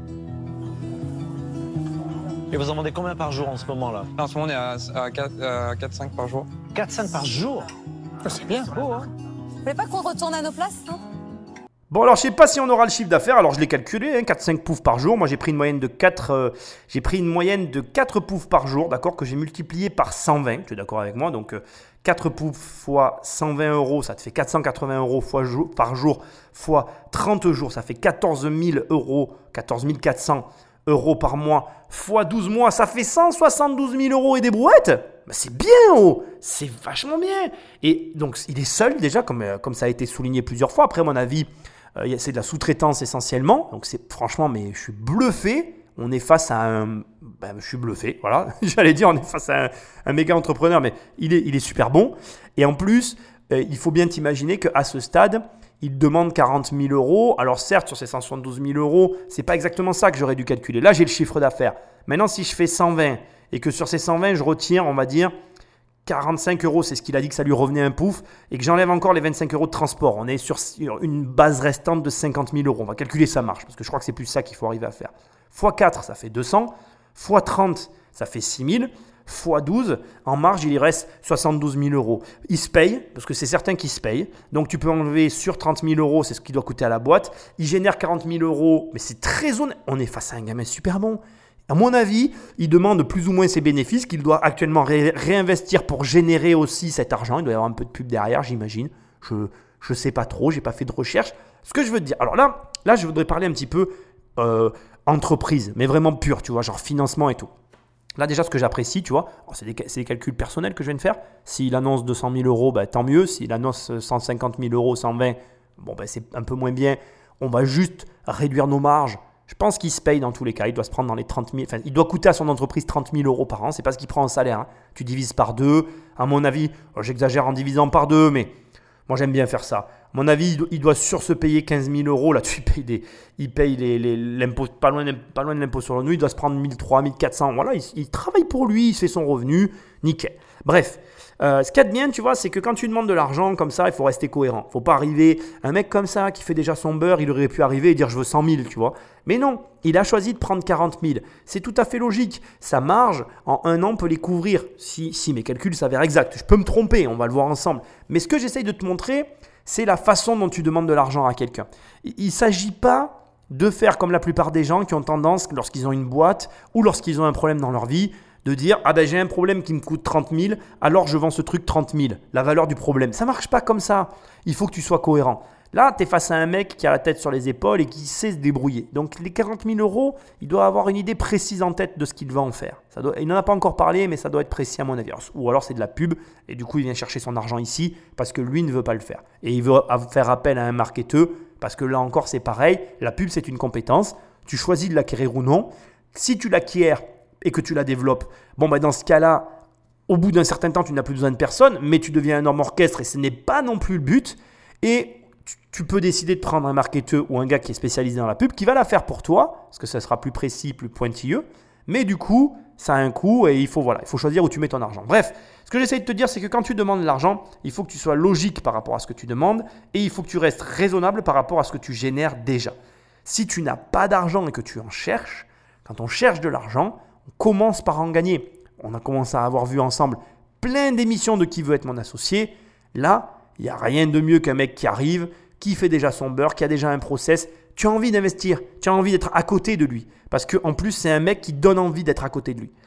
Et vous en vendez combien par jour en ce moment-là? Là, en ce moment, on est à, à quatre cinq par jour. quatre cinq par jour. Ah, c'est bien. Beau, hein? Vous voulez pas qu'on retourne à nos places, non? Bon, alors je sais pas si on aura le chiffre d'affaires, alors je l'ai calculé, hein, quatre cinq poufs par jour. Moi j'ai pris une moyenne de quatre, euh, j'ai pris une moyenne de quatre poufs par jour, d'accord, que j'ai multiplié par cent vingt, tu es d'accord avec moi? Donc euh, quatre poufs fois cent vingt euros, ça te fait quatre cent quatre-vingts euros fois jour, par jour, fois trente jours, ça fait quatorze mille euros, quatorze mille quatre cents euros par mois, fois douze mois, ça fait cent soixante-douze mille euros et des brouettes. Bah, c'est bien, oh, c'est vachement bien. Et donc il est seul déjà, comme, euh, comme ça a été souligné plusieurs fois. Après, à mon avis, euh, c'est de la sous-traitance essentiellement. Donc c'est franchement, mais je suis bluffé. On est face à un... Ben, je suis bluffé, voilà. J'allais dire, on est face à un, un méga entrepreneur, mais il est, il est super bon. Et en plus, euh, il faut bien t'imaginer qu'à ce stade, il demande quarante mille euros. Alors certes, sur ces cent soixante-douze mille euros, c'est pas exactement ça que j'aurais dû calculer. Là, j'ai le chiffre d'affaires. Maintenant, si je fais cent vingt et que sur ces cent vingt, je retire, on va dire, quarante-cinq euros, c'est ce qu'il a dit que ça lui revenait un pouf, et que j'enlève encore les vingt-cinq euros de transport. On est sur une base restante de cinquante mille euros. On va calculer sa marge, parce que je crois que c'est plus ça qu'il faut arriver à faire. fois quatre, ça fait deux cents. fois trente, ça fait six mille. fois douze, en marge, il y reste soixante-douze mille euros. Il se paye, parce que c'est certain qu'il se paye. Donc, tu peux enlever sur trente mille euros, c'est ce qui doit coûter à la boîte. Il génère quarante mille euros, mais c'est très honnête. On est face à un gamin super bon. À mon avis, il demande plus ou moins ses bénéfices qu'il doit actuellement ré- réinvestir pour générer aussi cet argent. Il doit y avoir un peu de pub derrière, j'imagine. Je ne sais pas trop, je n'ai pas fait de recherche. Ce que je veux te dire, alors là, là je voudrais parler un petit peu euh, entreprise, mais vraiment pure, tu vois, genre financement et tout. Là, déjà, ce que j'apprécie, tu vois, c'est des, c'est des calculs personnels que je viens de faire. S'il annonce deux cent mille euros, bah, tant mieux. S'il annonce cent cinquante mille euros, cent vingt, bon, bah, c'est un peu moins bien. On va juste réduire nos marges. Je pense qu'il se paye dans tous les cas. Il doit se prendre dans les trente mille. Enfin, il doit coûter à son entreprise trente mille euros par an. C'est pas ce qu'il prend en salaire. Hein. Tu divises par deux. À mon avis, j'exagère en divisant par deux, mais moi, j'aime bien faire ça. À mon avis, il doit sur se payer quinze mille euros. Là-dessus, il paye, des, il paye les, les, l'impôt, pas loin, pas loin de l'impôt sur le revenu. Il doit se prendre mille trois cents, mille quatre cents. Voilà, il, il travaille pour lui. Il fait son revenu. Nickel. Bref. Euh, ce qu'il y a de bien, tu vois, c'est que quand tu demandes de l'argent comme ça, il faut rester cohérent. Il ne faut pas arriver, un mec comme ça qui fait déjà son beurre, il aurait pu arriver et dire je veux cent mille, tu vois. Mais non, il a choisi de prendre quarante mille. C'est tout à fait logique. Sa marge, en un an, peut les couvrir. Si, si mes calculs s'avèrent exacts. Je peux me tromper, on va le voir ensemble. Mais ce que j'essaye de te montrer, c'est la façon dont tu demandes de l'argent à quelqu'un. Il ne s'agit pas de faire comme la plupart des gens qui ont tendance, lorsqu'ils ont une boîte ou lorsqu'ils ont un problème dans leur vie, de dire « Ah ben j'ai un problème qui me coûte trente mille, alors je vends ce truc trente mille, la valeur du problème. » Ça ne marche pas comme ça. Il faut que tu sois cohérent. Là, tu es face à un mec qui a la tête sur les épaules et qui sait se débrouiller. Donc les quarante mille euros, il doit avoir une idée précise en tête de ce qu'il va en faire. Ça doit, il n'en a pas encore parlé, mais ça doit être précis à mon avis. Ou alors c'est de la pub et du coup il vient chercher son argent ici parce que lui ne veut pas le faire. Et il veut faire appel à un marketeur parce que là encore c'est pareil. La pub c'est une compétence. Tu choisis de l'acquérir ou non. Si tu l'acquiers et que tu la développes, bon ben dans ce cas-là, au bout d'un certain temps, tu n'as plus besoin de personne, mais tu deviens un énorme orchestre et ce n'est pas non plus le but. Et tu, tu peux décider de prendre un marketeur ou un gars qui est spécialisé dans la pub qui va la faire pour toi, parce que ça sera plus précis, plus pointilleux. Mais du coup, ça a un coût et il faut, voilà, il faut choisir où tu mets ton argent. Bref, ce que j'essaie de te dire, c'est que quand tu demandes de l'argent, il faut que tu sois logique par rapport à ce que tu demandes et il faut que tu restes raisonnable par rapport à ce que tu génères déjà. Si tu n'as pas d'argent et que tu en cherches, quand on cherche de l'argent, on commence par en gagner. On a commencé à avoir vu ensemble plein d'émissions de Qui veut être mon associé. Là, il n'y a rien de mieux qu'un mec qui arrive, qui fait déjà son beurre, qui a déjà un process. Tu as envie d'investir, tu as envie d'être à côté de lui. Parce qu'en plus, c'est un mec qui donne envie d'être à côté de lui.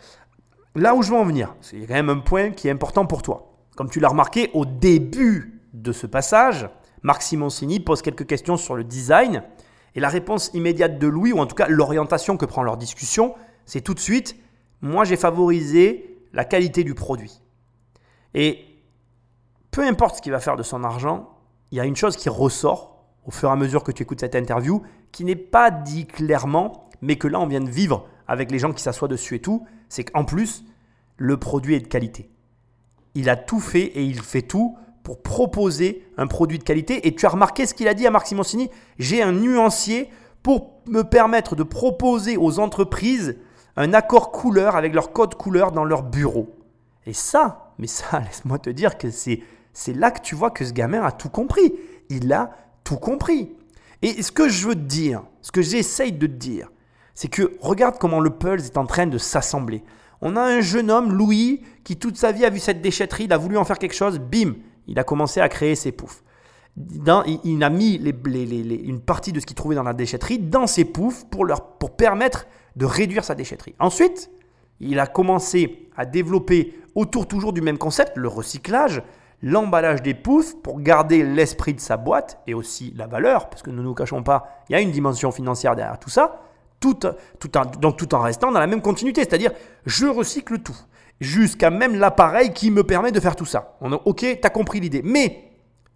Là où je veux en venir, c'est quand même un point qui est important pour toi. Comme tu l'as remarqué au début de ce passage, Marc Simoncini pose quelques questions sur le design et la réponse immédiate de Louis, ou en tout cas l'orientation que prend leur discussion, c'est tout de suite « moi j'ai favorisé la qualité du produit ». Et peu importe ce qu'il va faire de son argent, il y a une chose qui ressort au fur et à mesure que tu écoutes cette interview, qui n'est pas dit clairement, mais que là on vient de vivre avec les gens qui s'assoient dessus et tout, c'est qu'en plus, le produit est de qualité. Il a tout fait et il fait tout pour proposer un produit de qualité. Et tu as remarqué ce qu'il a dit à Marc Simoncini, j'ai un nuancier pour me permettre de proposer aux entreprises un accord couleur avec leur code couleur dans leur bureau. Et ça, mais ça, laisse-moi te dire que c'est, c'est là que tu vois que ce gamin a tout compris. Il a tout compris. Et ce que je veux te dire, ce que j'essaye de te dire, c'est que regarde comment le Pulse est en train de s'assembler. On a un jeune homme, Louis, qui toute sa vie a vu cette déchetterie, il a voulu en faire quelque chose, bim, il a commencé à créer ses poufs. Dans, il, il a mis les, les, les, les, une partie de ce qu'il trouvait dans la déchetterie dans ses poufs pour, leur, pour permettre de réduire sa déchetterie. Ensuite, il a commencé à développer autour toujours du même concept, le recyclage, l'emballage des poufs pour garder l'esprit de sa boîte et aussi la valeur, parce que ne nous cachons pas, il y a une dimension financière derrière tout ça, tout, tout en, donc tout en restant dans la même continuité, c'est-à-dire je recycle tout, jusqu'à même l'appareil qui me permet de faire tout ça. On a, ok, tu as compris l'idée, mais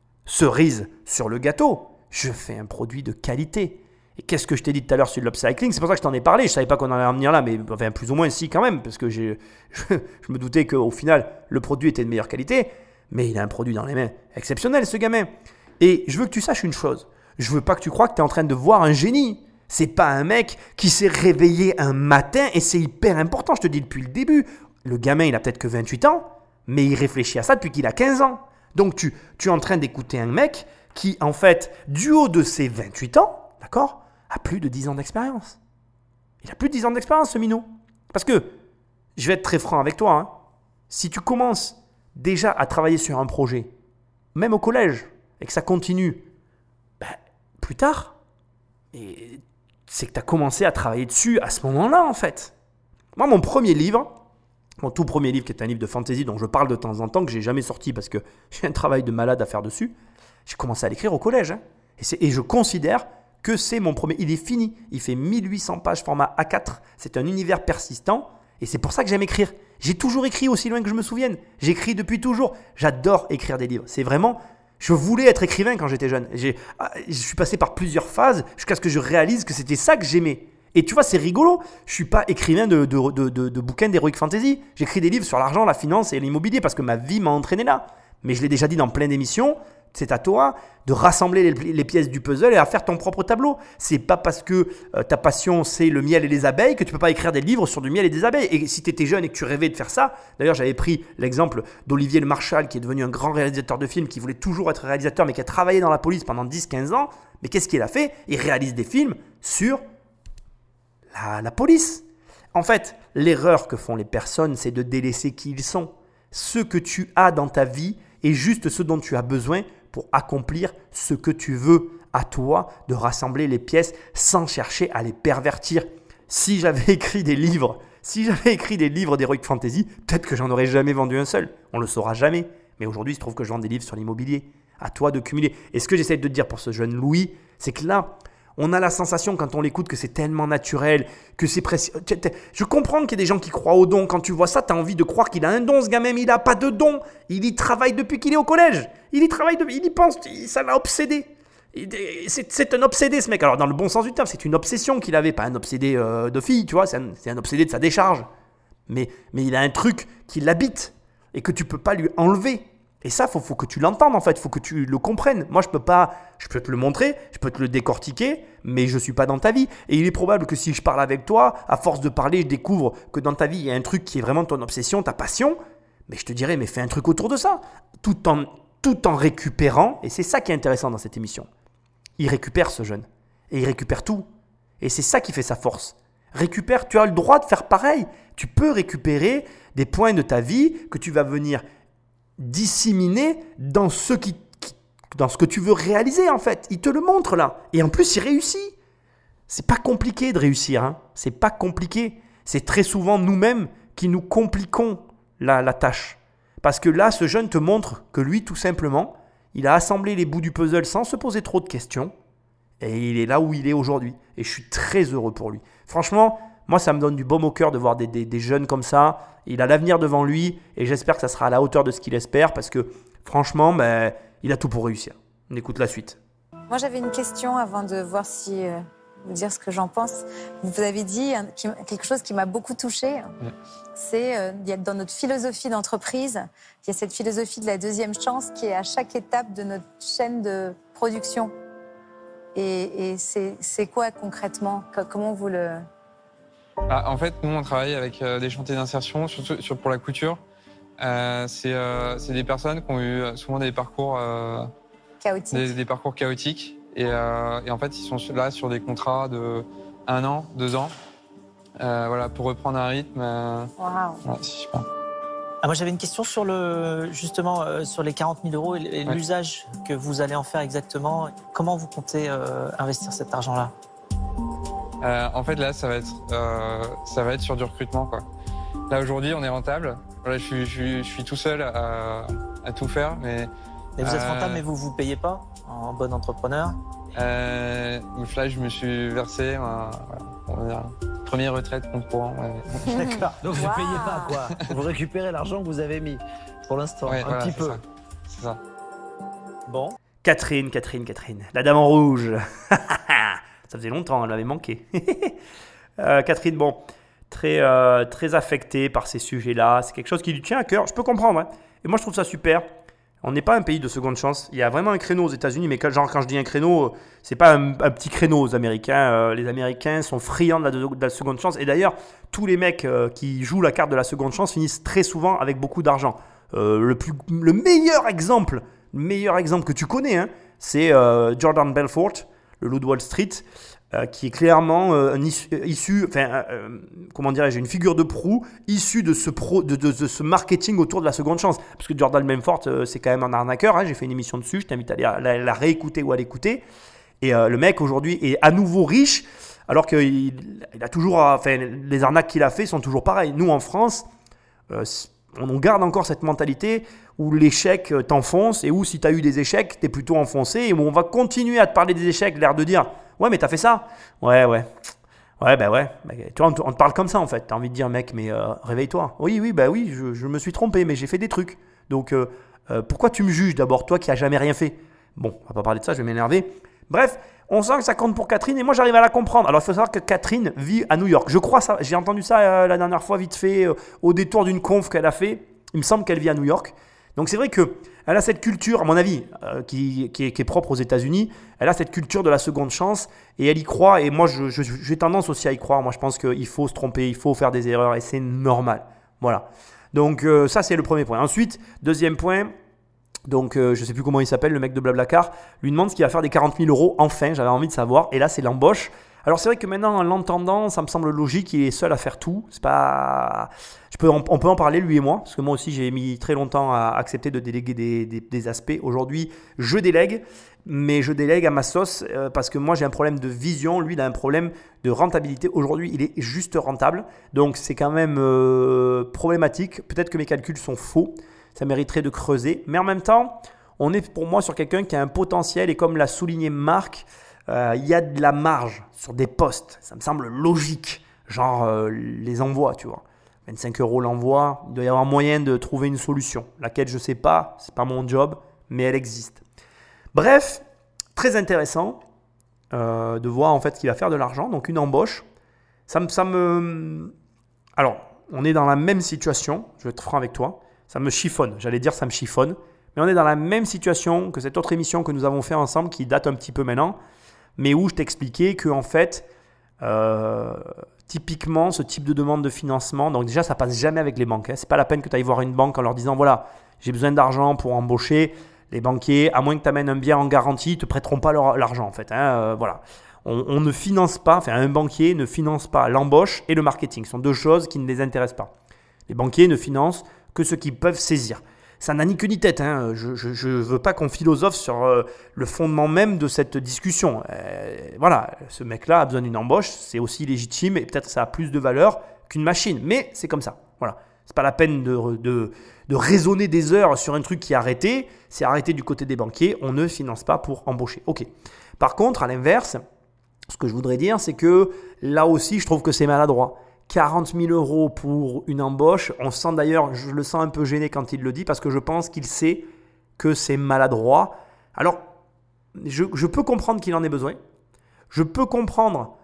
cerise sur le gâteau, je fais un produit de qualité. Et qu'est-ce que je t'ai dit tout à l'heure sur l'upcycling? C'est pour ça que je t'en ai parlé. Je ne savais pas qu'on allait en venir là, mais enfin, plus ou moins si quand même, parce que j'ai, je, je me doutais qu'au final, le produit était de meilleure qualité, mais il a un produit dans les mains exceptionnel, ce gamin. Et je veux que tu saches une chose. Je ne veux pas que tu crois que tu es en train de voir un génie. C'est pas un mec qui s'est réveillé un matin, et c'est hyper important, je te dis depuis le début. Le gamin, il a peut-être que vingt-huit ans, mais il réfléchit à ça depuis qu'il a quinze ans. Donc, tu, tu es en train d'écouter un mec qui, en fait, du haut de ses vingt-huit ans, d'accord, a plus de dix ans d'expérience. Il a plus de dix ans d'expérience, ce minot. Parce que, je vais être très franc avec toi, hein, si tu commences déjà à travailler sur un projet, même au collège, et que ça continue, ben, plus tard, et c'est que tu as commencé à travailler dessus à ce moment-là, en fait. Moi, mon premier livre, mon tout premier livre, qui est un livre de fantasy dont je parle de temps en temps, que je n'ai jamais sorti parce que j'ai un travail de malade à faire dessus, j'ai commencé à l'écrire au collège. Hein. Et, c'est, et je considère que c'est mon premier. Il est fini. Il fait mille huit cents pages format A quatre. C'est un univers persistant. Et c'est pour ça que j'aime écrire. J'ai toujours écrit aussi loin que je me souvienne. J'écris depuis toujours. J'adore écrire des livres. C'est vraiment... Je voulais être écrivain quand j'étais jeune. J'ai, je suis passé par plusieurs phases jusqu'à ce que je réalise que c'était ça que j'aimais. Et tu vois, c'est rigolo. Je ne suis pas écrivain de, de, de, de, de bouquins d'heroic fantasy. J'écris des livres sur l'argent, la finance et l'immobilier parce que ma vie m'a entraîné là. Mais je l'ai déjà dit dans plein d'émissions. C'est à toi de rassembler les, les pièces du puzzle et à faire ton propre tableau. C'est pas parce que euh, ta passion c'est le miel et les abeilles que tu peux pas écrire des livres sur du miel et des abeilles. Et si tu étais jeune et que tu rêvais de faire ça, d'ailleurs j'avais pris l'exemple d'Olivier Le Marchal qui est devenu un grand réalisateur de films, qui voulait toujours être réalisateur mais qui a travaillé dans la police pendant dix à quinze ans. Mais qu'est-ce qu'il a fait? Il réalise des films sur la, la police. En fait, l'erreur que font les personnes, c'est de délaisser qui ils sont. Ce que tu as dans ta vie est juste ce dont tu as besoin pour accomplir ce que tu veux. À toi de rassembler les pièces sans chercher à les pervertir. Si j'avais écrit des livres, si j'avais écrit des livres d'heroic fantasy, peut-être que j'en aurais jamais vendu un seul. On le saura jamais. Mais aujourd'hui, il se trouve que je vends des livres sur l'immobilier. À toi de cumuler. Et ce que j'essaie de te dire pour ce jeune Louis, c'est que là, on a la sensation quand on l'écoute que c'est tellement naturel, que c'est précieux. Je comprends qu'il y a des gens qui croient au don. Quand tu vois ça, tu as envie de croire qu'il a un don, ce gars même. Il n'a pas de don. Il y travaille depuis qu'il est au collège. Il y travaille, depuis, il y pense, ça l'a obsédé. C'est, c'est un obsédé ce mec. Alors dans le bon sens du terme, c'est une obsession qu'il avait, pas un obsédé euh, de fille, tu vois. C'est un, c'est un obsédé de sa décharge. Mais, mais il a un truc qui l'habite et que tu ne peux pas lui enlever. Et ça, il faut, faut que tu l'entendes en fait, il faut que tu le comprennes. Moi, je peux pas, je peux te le montrer, je peux te le décortiquer, mais je ne suis pas dans ta vie. Et il est probable que si je parle avec toi, à force de parler, je découvre que dans ta vie, il y a un truc qui est vraiment ton obsession, ta passion. Mais je te dirais, mais fais un truc autour de ça, tout en, tout en récupérant. Et c'est ça qui est intéressant dans cette émission. Il récupère ce jeune. Et il récupère tout. Et c'est ça qui fait sa force. Récupère, tu as le droit de faire pareil. Tu peux récupérer des points de ta vie que tu vas venir disséminer dans ce, qui, qui, dans ce que tu veux réaliser en fait. Il te le montre là. Et en plus, il réussit. C'est pas compliqué de réussir. Hein. C'est pas compliqué. C'est très souvent nous-mêmes qui nous compliquons la, la tâche. Parce que là, ce jeune te montre que lui, tout simplement, Il a assemblé les bouts du puzzle sans se poser trop de questions. Et il est là où il est aujourd'hui. Et je suis très heureux pour lui. Franchement, moi, ça me donne du baume au cœur de voir des, des, des jeunes comme ça. Il a l'avenir devant lui. Et j'espère que ça sera à la hauteur de ce qu'il espère. Parce que franchement, ben, il a tout pour réussir. On écoute la suite. Moi, j'avais une question avant de voir si euh, vous dire ce que j'en pense. Vous avez dit hein, qui- quelque chose qui m'a beaucoup touchée. Ouais. C'est euh, il y a dans notre philosophie d'entreprise, il y a cette philosophie de la deuxième chance qui est à chaque étape de notre chaîne de production. Et, et c'est, c'est quoi concrètement? Co- Comment vous le... Ah, en fait, nous, on travaille avec euh, des chantiers d'insertion, surtout sur, pour la couture. Euh, c'est euh, c'est des personnes qui ont eu euh, souvent des parcours, euh, chaotique? des, des parcours chaotiques. Et, euh, et en fait, ils sont là sur des contrats de un an, deux ans, euh, voilà, pour reprendre un rythme. Euh, Waouh. voilà, c'est super. Ah, moi, j'avais une question sur le, justement euh, sur les quarante mille euros et, et Ouais. l'usage que vous allez en faire exactement. Comment vous comptez euh, investir cet argent-là? Euh, en fait, là, ça va être, euh, ça va être sur du recrutement, quoi. Là, aujourd'hui, on est rentable. Voilà, je suis, je suis, je suis tout seul à, à tout faire, mais Mais vous êtes Euh, rentable, mais vous vous payez pas en bon entrepreneur. euh, donc là, je me suis versé, ma, voilà, on va dire, première retraite compte courant. Ouais. D'accord. Donc vous Wow. payez pas quoi. Vous récupérez l'argent que vous avez mis pour l'instant, Ouais, un voilà, petit c'est peu. ça. C'est ça. Bon. Catherine, Catherine, Catherine. La dame en rouge. Ça faisait longtemps, elle m'avait manqué. Euh, Catherine, bon, très, euh, très affectée par ces sujets-là. C'est quelque chose qui lui tient à cœur. Je peux comprendre. Hein. Et moi, je trouve ça super. On n'est pas un pays de seconde chance. Il y a vraiment un créneau aux États-Unis, mais quand, genre, quand je dis un créneau, c'est pas un, un petit créneau aux Américains. Euh, les Américains sont friands de la, de la seconde chance. Et d'ailleurs, tous les mecs euh, qui jouent la carte de la seconde chance finissent très souvent avec beaucoup d'argent. Euh, le, plus, le meilleur exemple, le meilleur exemple que tu connais, hein, c'est euh, Jordan Belfort, le loup de Wall Street, euh, qui est clairement euh, un issu, issu enfin, euh, comment dirais-je, une figure de proue issue de ce, pro, de, de, de ce marketing autour de la seconde chance. Parce que Jordan Belfort, euh, c'est quand même un arnaqueur. Hein, j'ai fait une émission dessus, je t'invite à la, la, la réécouter ou à l'écouter. Et euh, le mec aujourd'hui est à nouveau riche, alors qu'il il a toujours, enfin, les arnaques qu'il a fait sont toujours pareilles. Nous en France, euh, on garde encore cette mentalité où l'échec t'enfonce et où si tu as eu des échecs, tu es plutôt enfoncé et où on va continuer à te parler des échecs, l'air de dire « Ouais, mais t'as fait ça ?» Ouais, ouais. Ouais, bah ouais. Bah, tu vois, on te, on te parle comme ça en fait. Tu as envie de dire « Mec, mais euh, réveille-toi. » Oui, oui, bah oui, je, je me suis trompé, mais j'ai fait des trucs. Donc, euh, euh, pourquoi tu me juges d'abord, toi qui n'as jamais rien fait? Bon, on va pas parler de ça, je vais m'énerver. Bref, on sent que ça compte pour Catherine et moi j'arrive à la comprendre. Alors il faut savoir que Catherine vit à New York. Je crois ça, j'ai entendu ça euh, la dernière fois vite fait euh, au détour d'une conf qu'elle a fait. Il me semble qu'elle vit à New York. Donc c'est vrai qu'elle a cette culture, à mon avis, euh, qui, qui, est, qui est propre aux États-Unis. Elle a cette culture de la seconde chance et elle y croit. Et moi je, je, j'ai tendance aussi à y croire. Moi je pense qu'il faut se tromper, il faut faire des erreurs et c'est normal. Voilà. Donc euh, ça c'est le premier point. Ensuite, deuxième point. Donc, euh, je ne sais plus comment il s'appelle, le mec de Blablacar, lui demande ce qu'il va faire des quarante mille euros. Enfin, j'avais envie de savoir. Et là, c'est l'embauche. Alors, c'est vrai que maintenant, en l'entendant, ça me semble logique. Il est seul à faire tout. C'est pas... Je peux en, on peut en parler, lui et moi. Parce que moi aussi, j'ai mis très longtemps à accepter de déléguer des, des, des aspects. Aujourd'hui, je délègue. Mais je délègue à ma sauce euh, parce que moi, j'ai un problème de vision. Lui, il a un problème de rentabilité. Aujourd'hui, il est juste rentable. Donc, c'est quand même euh, problématique. Peut-être que mes calculs sont faux. Ça mériterait de creuser. Mais en même temps, on est pour moi sur quelqu'un qui a un potentiel. Et comme l'a souligné Marc, euh, il y a de la marge sur des postes. Ça me semble logique. Genre euh, les envois, tu vois. vingt-cinq euros l'envoi. Il doit y avoir moyen de trouver une solution. Laquelle, je ne sais pas. Ce n'est pas mon job. Mais elle existe. Bref, très intéressant euh, de voir en fait qu'il va faire de l'argent. Donc une embauche. Ça me, ça me... Alors, on est dans la même situation. Je vais être franc avec toi. Ça me chiffonne, j'allais dire ça me chiffonne, mais on est dans la même situation que cette autre émission que nous avons fait ensemble qui date un petit peu maintenant, mais où je t'expliquais que en fait, euh, typiquement ce type de demande de financement, donc déjà ça passe jamais avec les banques, hein. C'est pas la peine que tu ailles voir une banque en leur disant voilà, j'ai besoin d'argent pour embaucher. Les banquiers, à moins que tu amènes un bien en garantie, ne te prêteront pas leur, l'argent en fait, hein. euh, voilà. On, on ne finance pas, enfin un banquier ne finance pas l'embauche et le marketing, ce sont deux choses qui ne les intéressent pas. Les banquiers ne financent que ceux qui peuvent saisir. Ça n'a ni queue ni tête. Hein. Je ne veux pas qu'on philosophe sur euh, le fondement même de cette discussion. Euh, voilà, ce mec-là a besoin d'une embauche, c'est aussi légitime et peut-être ça a plus de valeur qu'une machine. Mais c'est comme ça. Voilà. C'est pas la peine de, de, de raisonner des heures sur un truc qui est arrêté. C'est arrêté du côté des banquiers. On ne finance pas pour embaucher. Ok. Par contre, à l'inverse, ce que je voudrais dire, c'est que là aussi, je trouve que c'est maladroit. quarante mille euros pour une embauche. On sent d'ailleurs, je le sens un peu gêné quand il le dit parce que je pense qu'il sait que c'est maladroit. Alors, je, je peux comprendre qu'il en ait besoin. Je peux comprendre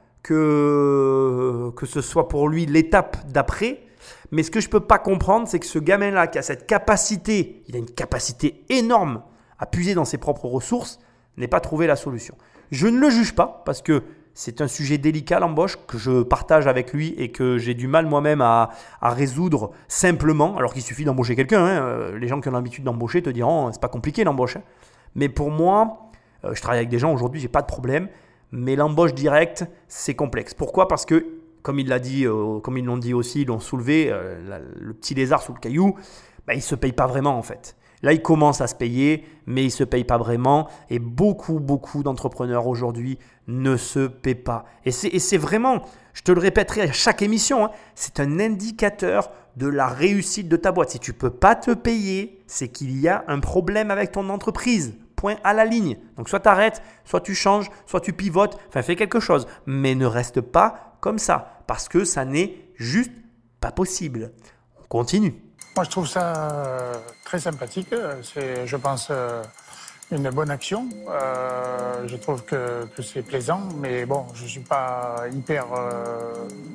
que, que ce soit pour lui l'étape d'après. Mais ce que je ne peux pas comprendre, c'est que ce gamin-là qui a cette capacité, il a une capacité énorme à puiser dans ses propres ressources, n'ait pas trouvé la solution. Je ne le juge pas parce que c'est un sujet délicat, l'embauche, que je partage avec lui et que j'ai du mal moi-même à, à résoudre simplement, alors qu'il suffit d'embaucher quelqu'un. Hein. Les gens qui ont l'habitude d'embaucher te diront, c'est pas compliqué l'embauche. Hein. Mais pour moi, euh, je travaille avec des gens aujourd'hui, j'ai pas de problème, mais l'embauche directe, c'est complexe. Pourquoi ? Parce que, comme il l'a dit, euh, comme ils l'ont dit aussi, ils l'ont soulevé, euh, la, le petit lézard sous le caillou, bah, il ne se paye pas vraiment en fait. Là, il commence à se payer, mais il ne se paye pas vraiment. Et beaucoup, beaucoup d'entrepreneurs aujourd'hui ne se paient pas. Et c'est, et c'est vraiment, je te le répéterai à chaque émission, hein, c'est un indicateur de la réussite de ta boîte. Si tu ne peux pas te payer, c'est qu'il y a un problème avec ton entreprise. Point à la ligne. Donc, soit tu arrêtes, soit tu changes, soit tu pivotes. Enfin, fais quelque chose. Mais ne reste pas comme ça parce que ça n'est juste pas possible. On continue. Moi, je trouve ça euh, très sympathique. C'est, je pense, euh, une bonne action. Euh, je trouve que, que c'est plaisant, mais bon, je ne suis pas hyper euh,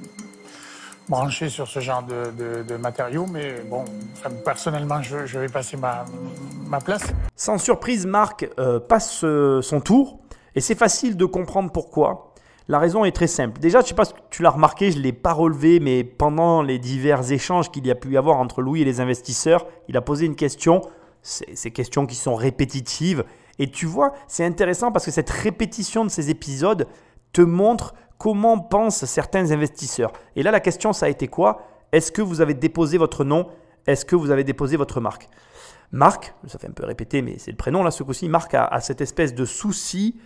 branché sur ce genre de, de, de matériaux, mais bon, enfin, personnellement, je, je vais passer ma, ma place. Sans surprise, Marc euh, passe euh, son tour et c'est facile de comprendre pourquoi. La raison est très simple. Déjà, je ne sais pas si tu l'as remarqué, je ne l'ai pas relevé, mais pendant les divers échanges qu'il y a pu y avoir entre Louis et les investisseurs, il a posé une question, c'est, ces questions qui sont répétitives. Et tu vois, c'est intéressant parce que cette répétition de ces épisodes te montre comment pensent certains investisseurs. Et là, la question, ça a été quoi ? Est-ce que vous avez déposé votre nom ? Est-ce que vous avez déposé votre marque ? Marc, ça fait un peu répéter, mais c'est le prénom là, ce coup-ci, Marc a, a cette espèce de souci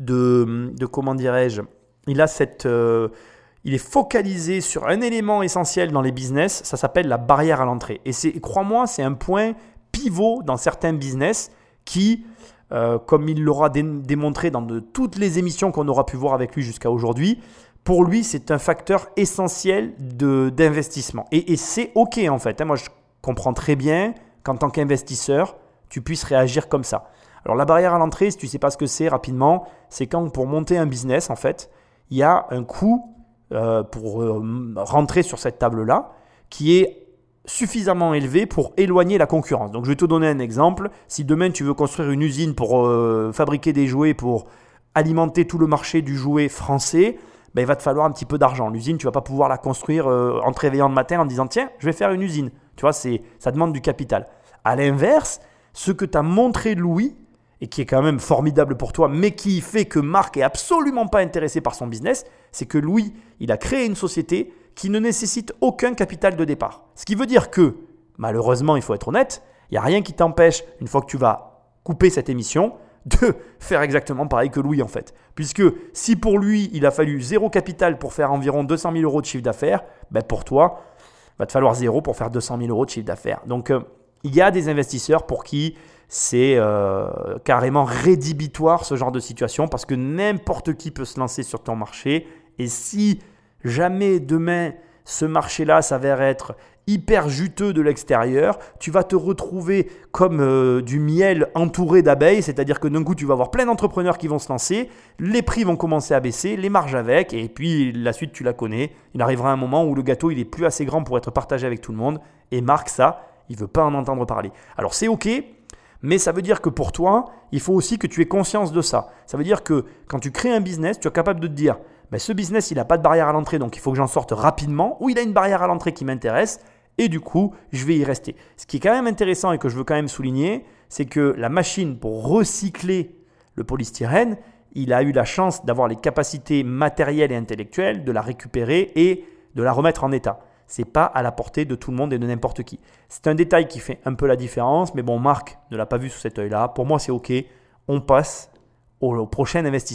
de, de comment dirais-je, il a cette, euh, il est focalisé sur un élément essentiel dans les business, ça s'appelle la barrière à l'entrée. Et c'est, crois-moi, c'est un point pivot dans certains business qui, euh, comme il l'aura dé- démontré dans de toutes les émissions qu'on aura pu voir avec lui jusqu'à aujourd'hui, pour lui, c'est un facteur essentiel de, d'investissement. Et, et c'est OK en fait. Hein. Moi, je comprends très bien qu'en tant qu'investisseur, tu puisses réagir comme ça. Alors, la barrière à l'entrée, si tu ne sais pas ce que c'est rapidement, c'est quand pour monter un business, en fait, il y a un coût euh, pour euh, rentrer sur cette table-là qui est suffisamment élevé pour éloigner la concurrence. Donc, je vais te donner un exemple. Si demain, tu veux construire une usine pour euh, fabriquer des jouets, pour alimenter tout le marché du jouet français, ben, il va te falloir un petit peu d'argent. L'usine, tu ne vas pas pouvoir la construire euh, en te réveillant le matin en te disant « Tiens, je vais faire une usine ». Tu vois, c'est, ça demande du capital. À l'inverse, ce que t'a montré Louis, et qui est quand même formidable pour toi, mais qui fait que Marc est absolument pas intéressé par son business, c'est que Louis, il a créé une société qui ne nécessite aucun capital de départ. Ce qui veut dire que, malheureusement, il faut être honnête, il n'y a rien qui t'empêche, une fois que tu vas couper cette émission, de faire exactement pareil que Louis en fait. Puisque si pour lui, il a fallu zéro capital pour faire environ deux cent mille euros de chiffre d'affaires, ben pour toi, il va te falloir zéro pour faire deux cent mille euros de chiffre d'affaires. Donc, euh, il y a des investisseurs pour qui c'est euh, carrément rédhibitoire ce genre de situation parce que n'importe qui peut se lancer sur ton marché. Et si jamais demain, ce marché-là s'avère être hyper juteux de l'extérieur, tu vas te retrouver comme euh, du miel entouré d'abeilles, c'est-à-dire que d'un coup, tu vas avoir plein d'entrepreneurs qui vont se lancer, les prix vont commencer à baisser, les marges avec, et puis la suite, tu la connais. Il arrivera un moment où le gâteau, il est plus assez grand pour être partagé avec tout le monde, et Marc, ça, il ne veut pas en entendre parler. Alors, c'est OK, mais ça veut dire que pour toi, il faut aussi que tu aies conscience de ça. Ça veut dire que quand tu crées un business, tu es capable de te dire ben, ce business, il n'a pas de barrière à l'entrée, donc il faut que j'en sorte rapidement, ou il a une barrière à l'entrée qui m'intéresse, et du coup, je vais y rester. Ce qui est quand même intéressant et que je veux quand même souligner, c'est que la machine pour recycler le polystyrène, il a eu la chance d'avoir les capacités matérielles et intellectuelles de la récupérer et de la remettre en état. Ce n'est pas à la portée de tout le monde et de n'importe qui. C'est un détail qui fait un peu la différence, mais bon, Marc ne l'a pas vu sous cet œil-là. Pour moi, c'est OK. On passe au, au prochain investisseur.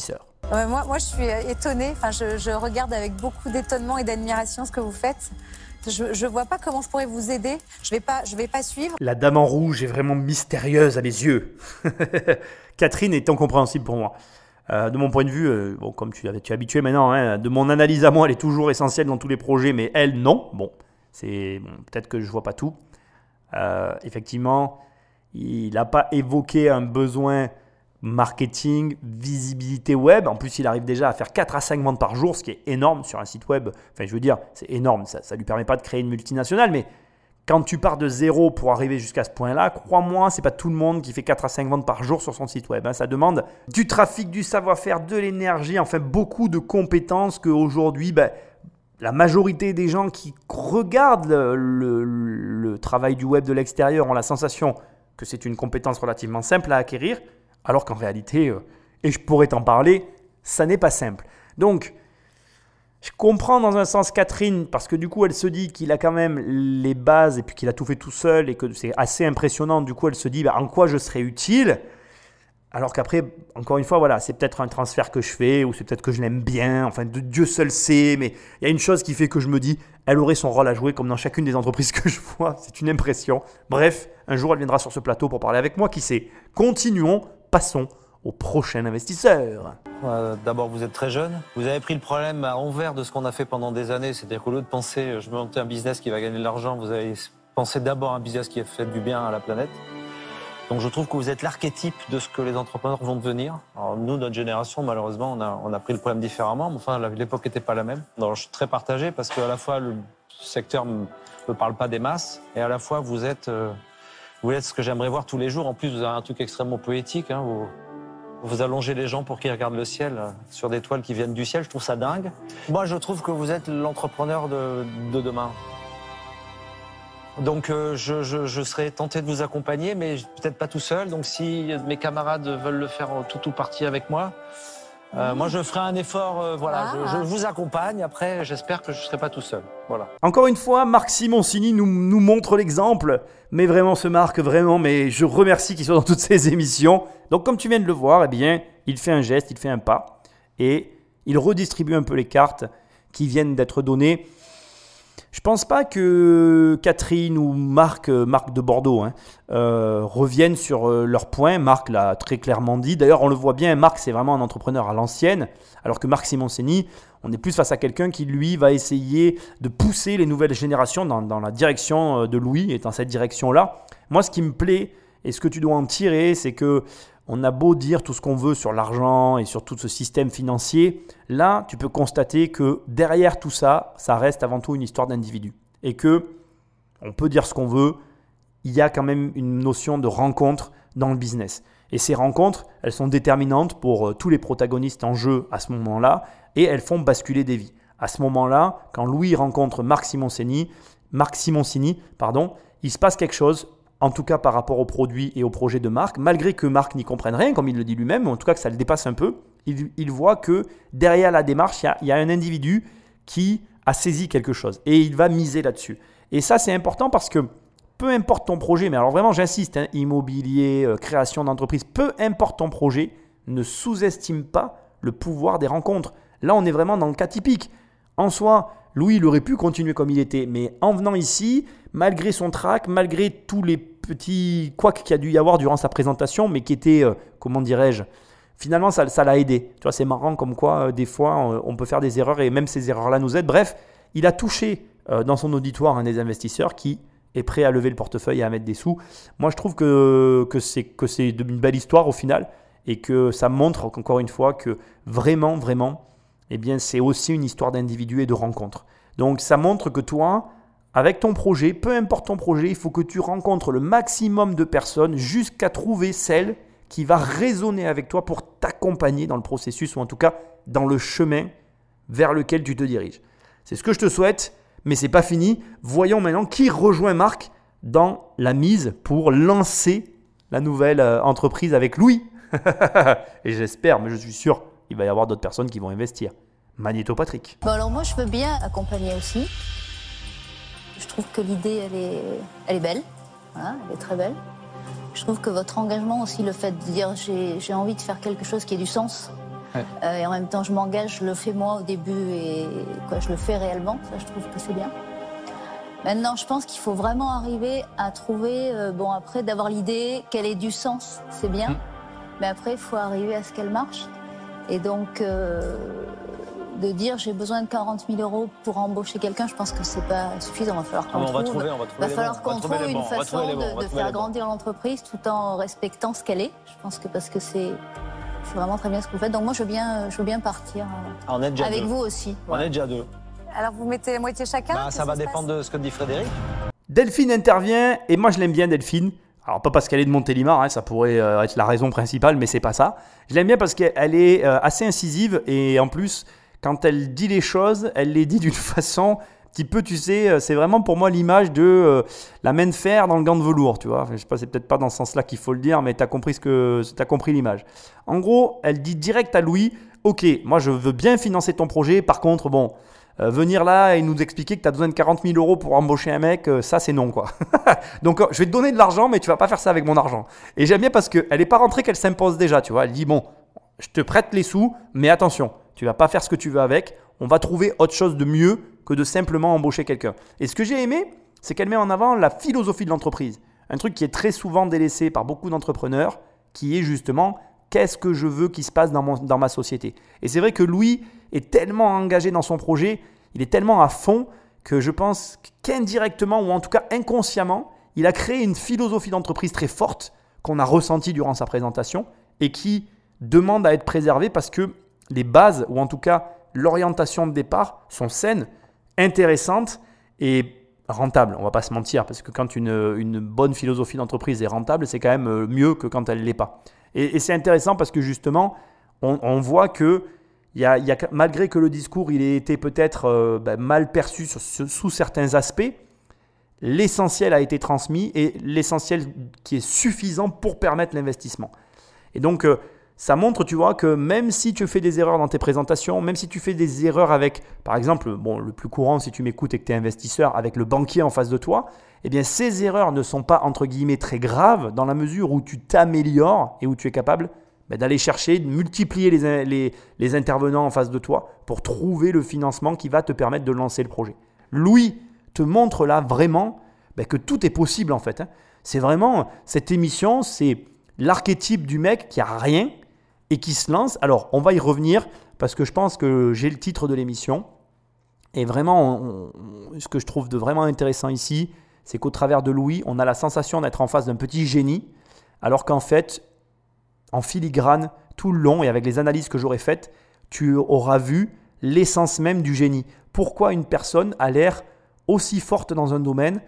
Ouais, moi, moi, je suis étonnée. Enfin, je, je regarde avec beaucoup d'étonnement et d'admiration ce que vous faites. Je ne vois pas comment je pourrais vous aider. Je ne vais pas, je vais pas suivre. La dame en rouge est vraiment mystérieuse à mes yeux. Catherine est incompréhensible pour moi. Euh, de mon point de vue, euh, bon, comme tu, tu es habitué maintenant, hein, de mon analyse à moi, elle est toujours essentielle dans tous les projets, mais elle, non. Bon, c'est bon, peut-être que je ne vois pas tout. Euh, effectivement, il n'a pas évoqué un besoin marketing, visibilité web. En plus, il arrive déjà à faire quatre à cinq ventes par jour, ce qui est énorme sur un site web. Enfin, je veux dire, c'est énorme. Ça ne lui permet pas de créer une multinationale, mais quand tu pars de zéro pour arriver jusqu'à ce point-là, crois-moi, ce n'est pas tout le monde qui fait quatre à cinq ventes par jour sur son site web. Hein. Ça demande du trafic, du savoir-faire, de l'énergie, enfin beaucoup de compétences qu'aujourd'hui, ben, la majorité des gens qui regardent le, le, le travail du web de l'extérieur ont la sensation que c'est une compétence relativement simple à acquérir, alors qu'en réalité, euh, et je pourrais t'en parler, ça n'est pas simple. Donc, je comprends dans un sens Catherine, parce que du coup, elle se dit qu'il a quand même les bases et puis qu'il a tout fait tout seul et que c'est assez impressionnant. Du coup, elle se dit bah, en quoi je serais utile. Alors qu'après, encore une fois, voilà, c'est peut-être un transfert que je fais ou c'est peut-être que je l'aime bien. Enfin, de Dieu seul sait. Mais il y a une chose qui fait que je me dis, elle aurait son rôle à jouer comme dans chacune des entreprises que je vois. C'est une impression. Bref, un jour, elle viendra sur ce plateau pour parler avec moi. Qui sait ? Continuons, passons au prochain investisseur. Euh, D'abord, vous êtes très jeune. Vous avez pris le problème à envers de ce qu'on a fait pendant des années. C'est-à-dire qu'au lieu de penser, je vais monter un business qui va gagner de l'argent, vous avez pensé d'abord à un business qui a fait du bien à la planète. Donc je trouve que vous êtes l'archétype de ce que les entrepreneurs vont devenir. Alors nous, notre génération, malheureusement, on a, on a pris le problème différemment. Mais enfin, l'époque n'était pas la même. Donc je suis très partagé parce qu'à la fois, le secteur ne me parle pas des masses et à la fois, vous êtes, euh, vous êtes ce que j'aimerais voir tous les jours. En plus, vous avez un truc extrêmement poétique. Hein, vous, vous allongez les gens pour qu'ils regardent le ciel euh, sur des toiles qui viennent du ciel. Je trouve ça dingue. Moi, je trouve que vous êtes l'entrepreneur de, de demain. Donc euh, je, je, je serais tenté de vous accompagner, mais peut-être pas tout seul. Donc si mes camarades veulent le faire tout ou partie avec moi, euh, mmh. moi je ferai un effort. Euh, voilà, ah. je, je vous accompagne. Après, j'espère que je ne serai pas tout seul. Voilà. Encore une fois, Marc Simoncini nous, nous montre l'exemple. Mais vraiment, ce Marc, vraiment, mais je remercie qu'il soit dans toutes ces émissions. Donc comme tu viens de le voir, eh bien, il fait un geste, il fait un pas. Et il redistribue un peu les cartes qui viennent d'être données. Je ne pense pas que Catherine ou Marc, Marc de Bordeaux hein, euh, reviennent sur euh, leur point. Marc l'a très clairement dit. D'ailleurs, on le voit bien, Marc, c'est vraiment un entrepreneur à l'ancienne. Alors que Marc Simoncini, on est plus face à quelqu'un qui, lui, va essayer de pousser les nouvelles générations dans, dans la direction de Louis et dans cette direction-là. Moi, ce qui me plaît et ce que tu dois en tirer, c'est que on a beau dire tout ce qu'on veut sur l'argent et sur tout ce système financier, là, tu peux constater que derrière tout ça, ça reste avant tout une histoire d'individu. Et que, on peut dire ce qu'on veut, il y a quand même une notion de rencontre dans le business. Et ces rencontres, elles sont déterminantes pour tous les protagonistes en jeu à ce moment-là et elles font basculer des vies. À ce moment-là, quand Louis rencontre Marc Simoncini, Marc Simoncini, pardon, il se passe quelque chose. En tout cas par rapport au produit et au projet de Marc, malgré que Marc n'y comprenne rien, comme il le dit lui-même, mais en tout cas que ça le dépasse un peu, il, il voit que derrière la démarche, il y, a, il y a un individu qui a saisi quelque chose et il va miser là-dessus. Et ça, c'est important parce que peu importe ton projet, mais alors vraiment j'insiste, hein, immobilier, euh, création d'entreprise, peu importe ton projet, ne sous-estime pas le pouvoir des rencontres. Là, on est vraiment dans le cas typique. En soi, Louis, il aurait pu continuer comme il était, mais en venant ici, malgré son trac, malgré tous les petits couacs qu'il y a dû y avoir durant sa présentation, mais qui étaient, euh, comment dirais-je, finalement, ça, ça l'a aidé. Tu vois, c'est marrant comme quoi, euh, des fois, euh, on peut faire des erreurs et même ces erreurs-là nous aident. Bref, il a touché euh, dans son auditoire un des investisseurs qui est prêt à lever le portefeuille et à mettre des sous. Moi, je trouve que, que, c'est, que c'est une belle histoire au final et que ça montre, encore une fois, que vraiment, vraiment, eh bien, c'est aussi une histoire d'individu et de rencontre. Donc, ça montre que toi, avec ton projet, peu importe ton projet, il faut que tu rencontres le maximum de personnes jusqu'à trouver celle qui va résonner avec toi pour t'accompagner dans le processus ou en tout cas dans le chemin vers lequel tu te diriges. C'est ce que je te souhaite, mais ce n'est pas fini. Voyons maintenant qui rejoint Marc dans la mise pour lancer la nouvelle entreprise avec Louis. Et j'espère, mais je suis sûr, il va y avoir d'autres personnes qui vont investir. Magnéto Patrick. Bon alors moi je veux bien accompagner aussi. Je trouve que l'idée elle est, elle est belle, voilà, elle est très belle. Je trouve que votre engagement aussi, le fait de dire j'ai, j'ai envie de faire quelque chose qui ait du sens, Ouais. Euh, et en même temps, je m'engage, je le fais moi au début et quoi, je le fais réellement. Ça, je trouve que c'est bien. Maintenant, je pense qu'il faut vraiment arriver à trouver, euh, bon, après, d'avoir l'idée qu'elle ait du sens, c'est bien. Mmh. Mais après, il faut arriver à ce qu'elle marche. Et donc, euh, de dire j'ai besoin de quarante mille euros pour embaucher quelqu'un, je pense que c'est pas suffisant. Il va falloir qu'on on va trouve, trouver, on va trouver va falloir qu'on trouve une bons, façon bons, de, de faire grandir l'entreprise tout en respectant ce qu'elle est. Je pense que parce que c'est vraiment très bien ce que vous faites. Donc moi, je veux bien, je veux bien partir ah, on est déjà avec deux. vous aussi. On voilà. est déjà deux. Alors vous mettez la moitié chacun bah, Ça va dépendre de ce que dit Frédéric. Delphine intervient et moi je l'aime bien Delphine. Alors pas parce qu'elle est de Montélimar, hein, ça pourrait euh, être la raison principale, mais c'est pas ça. Je l'aime bien parce qu'elle est euh, assez incisive et en plus, quand elle dit les choses, elle les dit d'une façon un petit peu, tu sais, c'est vraiment pour moi l'image de euh, la main de fer dans le gant de velours, tu vois. Enfin, je sais pas, c'est peut-être pas dans ce sens-là qu'il faut le dire, mais tu as compris ce que, t'as compris l'image. En gros, elle dit direct à Louis, ok, moi je veux bien financer ton projet, par contre, bon, euh, venir là et nous expliquer que tu as besoin de quarante mille euros pour embaucher un mec, euh, ça c'est non quoi. Donc euh, je vais te donner de l'argent, mais tu vas pas faire ça avec mon argent. Et j'aime bien parce qu'elle n'est pas rentrée, qu'elle s'impose déjà, tu vois. Elle dit, bon, je te prête les sous, mais attention, tu vas pas faire ce que tu veux avec, on va trouver autre chose de mieux que de simplement embaucher quelqu'un. Et ce que j'ai aimé, c'est qu'elle met en avant la philosophie de l'entreprise. Un truc qui est très souvent délaissé par beaucoup d'entrepreneurs, qui est justement qu'est-ce que je veux qu'il se passe dans, mon, dans ma société. Et c'est vrai que Louis est tellement engagé dans son projet, il est tellement à fond que je pense qu'indirectement ou en tout cas inconsciemment, il a créé une philosophie d'entreprise très forte qu'on a ressentie durant sa présentation et qui demande à être préservée parce que les bases ou en tout cas l'orientation de départ sont saines, intéressantes et rentables. On ne va pas se mentir parce que quand une, une bonne philosophie d'entreprise est rentable, c'est quand même mieux que quand elle ne l'est pas. Et, et c'est intéressant parce que justement, on, on voit que il y a, il y a, malgré que le discours il ait été peut-être euh, ben, mal perçu sur, sur, sous certains aspects, l'essentiel a été transmis et l'essentiel qui est suffisant pour permettre l'investissement. Et donc, euh, ça montre, tu vois, que même si tu fais des erreurs dans tes présentations, même si tu fais des erreurs avec, par exemple, bon, le plus courant si tu m'écoutes et que tu es investisseur, avec le banquier en face de toi, eh bien ces erreurs ne sont pas entre guillemets très graves dans la mesure où tu t'améliores et où tu es capable ben, d'aller chercher, de multiplier les, les, les intervenants en face de toi pour trouver le financement qui va te permettre de lancer le projet. Louis te montre là vraiment ben, que tout est possible en fait. Hein. C'est vraiment, cette émission, c'est l'archétype du mec qui a rien et qui se lance. Alors, on va y revenir parce que je pense que j'ai le titre de l'émission. Et vraiment, on, on, ce que je trouve de vraiment intéressant ici, c'est qu'au travers de Louis, on a la sensation d'être en face d'un petit génie, alors qu'en fait, en filigrane, tout le long et avec les analyses que j'aurais faites, tu auras vu l'essence même du génie. Pourquoi une personne a l'air aussi forte dans un domaine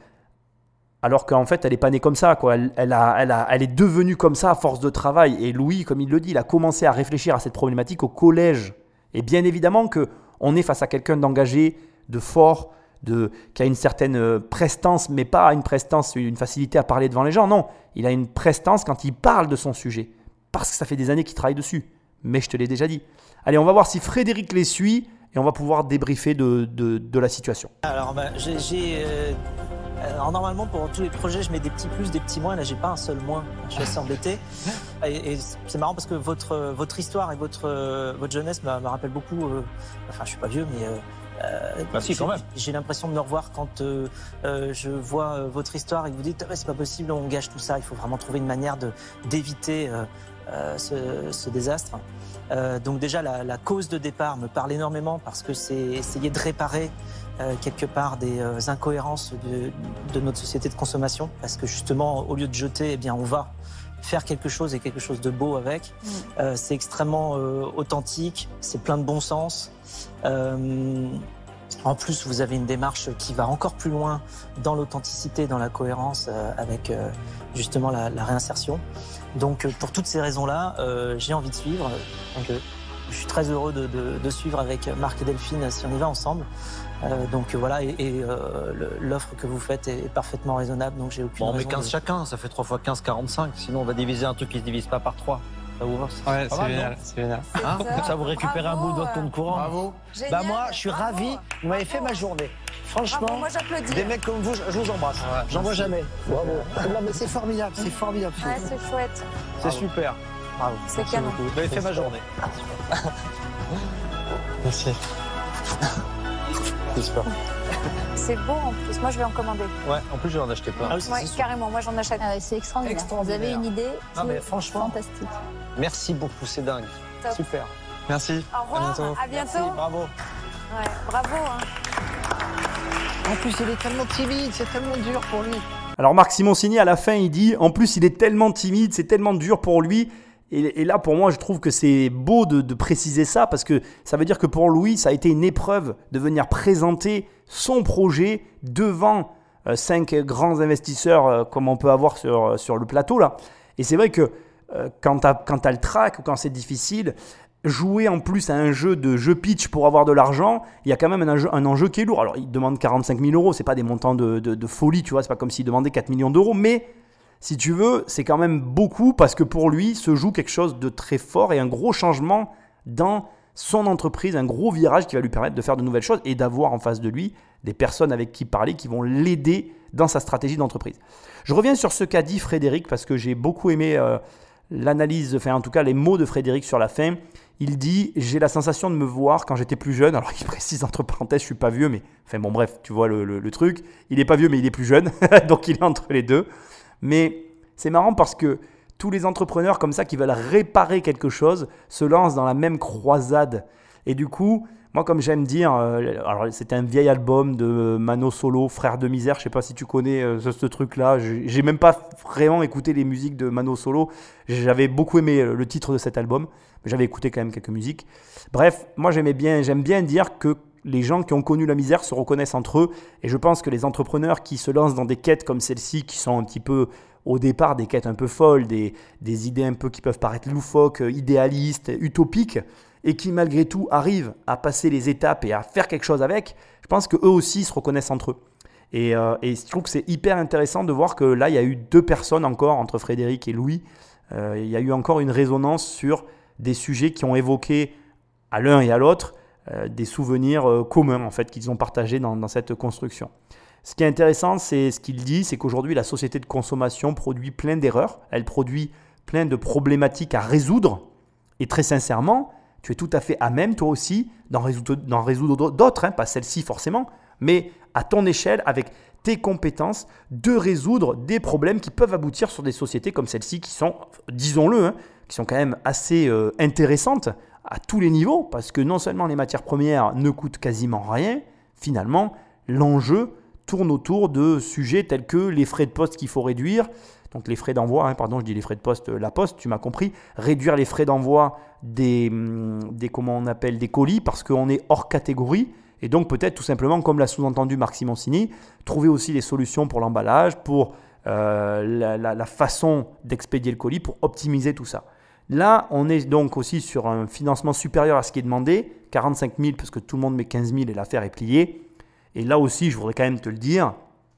alors qu'en fait, elle n'est pas née comme ça, quoi. Elle, elle, a, elle, a, elle est devenue comme ça à force de travail. Et Louis, comme il le dit, il a commencé à réfléchir à cette problématique au collège. Et bien évidemment qu'on est face à quelqu'un d'engagé, de fort, de, qui a une certaine prestance, mais pas une prestance, une facilité à parler devant les gens. Non, il a une prestance quand il parle de son sujet. Parce que ça fait des années qu'il travaille dessus. Mais je te l'ai déjà dit. Allez, on va voir si Frédéric les suit et on va pouvoir débriefer de, de, de la situation. Alors, bah, j'ai... j'ai euh... Alors normalement pour tous les projets je mets des petits plus, des petits moins, là j'ai pas un seul moins, je suis assez embêté. Et, et c'est marrant parce que votre, votre histoire et votre, votre jeunesse me, me rappelle beaucoup, euh, enfin je suis pas vieux mais euh, bah si, quand même. J'ai l'impression de me revoir quand euh, euh, je vois euh, votre histoire et que vous dites ah, c'est pas possible, on gâche tout ça, il faut vraiment trouver une manière de, d'éviter euh, euh, ce, ce désastre. Euh, donc déjà la, la cause de départ me parle énormément parce que c'est essayer de réparer Euh, quelque part des euh, incohérences de, de notre société de consommation parce que justement au lieu de jeter, eh bien on va faire quelque chose et quelque chose de beau avec. Mmh. Euh, c'est extrêmement euh, authentique, c'est plein de bon sens. Euh, en plus, vous avez une démarche qui va encore plus loin dans l'authenticité, dans la cohérence euh, avec euh, justement la, la réinsertion. Donc euh, pour toutes ces raisons-là, euh, j'ai envie de suivre. Donc, euh, je suis très heureux de, de, de suivre avec Marc et Delphine si on y va ensemble. Euh, donc voilà, et, et euh, l'offre que vous faites est, est parfaitement raisonnable, donc j'ai aucune bon, on raison met quinze de... chacun, ça fait trois fois quinze, quarante-cinq. Sinon on va diviser un truc qui se divise pas par trois. Ça vous va? Ouais, c'est génial, c'est génial. Hein ça vous récupérez Bravo, un bout de votre compte courant. Bravo. Génial, bah moi, je suis bravo. ravi. Vous m'avez fait ma journée. Franchement, Bravo, moi j'applaudis. des mecs comme vous, je, je vous embrasse. Ouais, j'en vois jamais. Bravo. Non mais c'est formidable, c'est formidable. Ouais, c'est chouette. C'est super. Bravo. C'est Merci canon. beaucoup. Vous avez fait ma journée. Merci. C'est super. C'est beau en plus. Moi, je vais en commander. Ouais, en plus, je vais en acheter plein. Ah oui, c'est Ouais, sûr. carrément. Moi, j'en achète. Ah ouais, c'est extraordinaire. Extraordinaire. Vous avez une idée Non, mais c'est franchement. fantastique. Merci beaucoup, c'est dingue. Top. Super. Merci. Au revoir. À bientôt. À bientôt. Merci, bravo. Ouais, bravo. Hein. En plus, il est tellement timide, c'est tellement dur pour lui. Alors Marc Simoncini, à la fin, il dit, en plus, il est tellement timide, c'est tellement dur pour lui. Et, et là, pour moi, je trouve que c'est beau de, de préciser ça, parce que ça veut dire que pour Louis, ça a été une épreuve de venir présenter son projet devant euh, cinq grands investisseurs euh, comme on peut avoir sur, sur le plateau là. Et c'est vrai que euh, quand tu as le trac ou quand c'est difficile, jouer en plus à un jeu de jeu pitch pour avoir de l'argent, il y a quand même un enjeu, un enjeu qui est lourd. Alors, il demande quarante-cinq mille euros, c'est pas des montants de, de, de folie, tu vois, c'est pas comme s'il demandait quatre millions d'euros, mais si tu veux, c'est quand même beaucoup parce que pour lui, se joue quelque chose de très fort et un gros changement dans son entreprise, un gros virage qui va lui permettre de faire de nouvelles choses et d'avoir en face de lui des personnes avec qui parler qui vont l'aider dans sa stratégie d'entreprise. Je reviens sur ce qu'a dit Frédéric parce que j'ai beaucoup aimé euh, l'analyse, enfin en tout cas les mots de Frédéric sur la fin. Il dit « J'ai la sensation de me voir quand j'étais plus jeune ». Alors il précise entre parenthèses, je ne suis pas vieux, mais enfin bon bref, tu vois le, le, le truc. Il n'est pas vieux, mais il est plus jeune, donc il est entre les deux. Mais c'est marrant parce que tous les entrepreneurs comme ça qui veulent réparer quelque chose se lancent dans la même croisade. Et du coup, moi comme j'aime dire, euh, alors c'était un vieil album de Mano Solo, Frère de misère, je ne sais pas si tu connais euh, ce, ce truc-là. Je n'ai même pas vraiment écouté les musiques de Mano Solo. J'avais beaucoup aimé le titre de cet album, mais j'avais écouté quand même quelques musiques. Bref, moi j'aimais bien, j'aime bien dire que les gens qui ont connu la misère se reconnaissent entre eux. Et je pense que les entrepreneurs qui se lancent dans des quêtes comme celle-ci, qui sont un petit peu au départ des quêtes un peu folles, des, des idées un peu qui peuvent paraître loufoques, idéalistes, utopiques, et qui malgré tout arrivent à passer les étapes et à faire quelque chose avec, je pense qu'eux aussi se reconnaissent entre eux. Et, euh, et je trouve que c'est hyper intéressant de voir que là, il y a eu deux personnes encore, entre Frédéric et Louis. Euh, il y a eu encore une résonance sur des sujets qui ont évoqué à l'un et à l'autre euh, des souvenirs euh, communs en fait, qu'ils ont partagés dans, dans cette construction. Ce qui est intéressant, c'est ce qu'il dit, c'est qu'aujourd'hui, la société de consommation produit plein d'erreurs, elle produit plein de problématiques à résoudre. Et très sincèrement, tu es tout à fait à même, toi aussi, d'en résoudre, d'en résoudre d'autres, hein, pas celle-ci forcément, mais à ton échelle, avec tes compétences, de résoudre des problèmes qui peuvent aboutir sur des sociétés comme celle-ci qui sont, disons-le, hein, qui sont quand même assez euh, intéressantes à tous les niveaux, parce que non seulement les matières premières ne coûtent quasiment rien, finalement, l'enjeu tourne autour de sujets tels que les frais de poste qu'il faut réduire, donc les frais d'envoi, hein, pardon, je dis les frais de poste, la poste, tu m'as compris, réduire les frais d'envoi des, des, comment on appelle, des colis parce qu'on est hors catégorie et donc peut-être tout simplement, comme l'a sous-entendu Marc Simoncini, trouver aussi des solutions pour l'emballage, pour euh, la, la, la façon d'expédier le colis, pour optimiser tout ça. Là, on est donc aussi sur un financement supérieur à ce qui est demandé, quarante-cinq mille parce que tout le monde met quinze mille et l'affaire est pliée. Et là aussi, je voudrais quand même te le dire,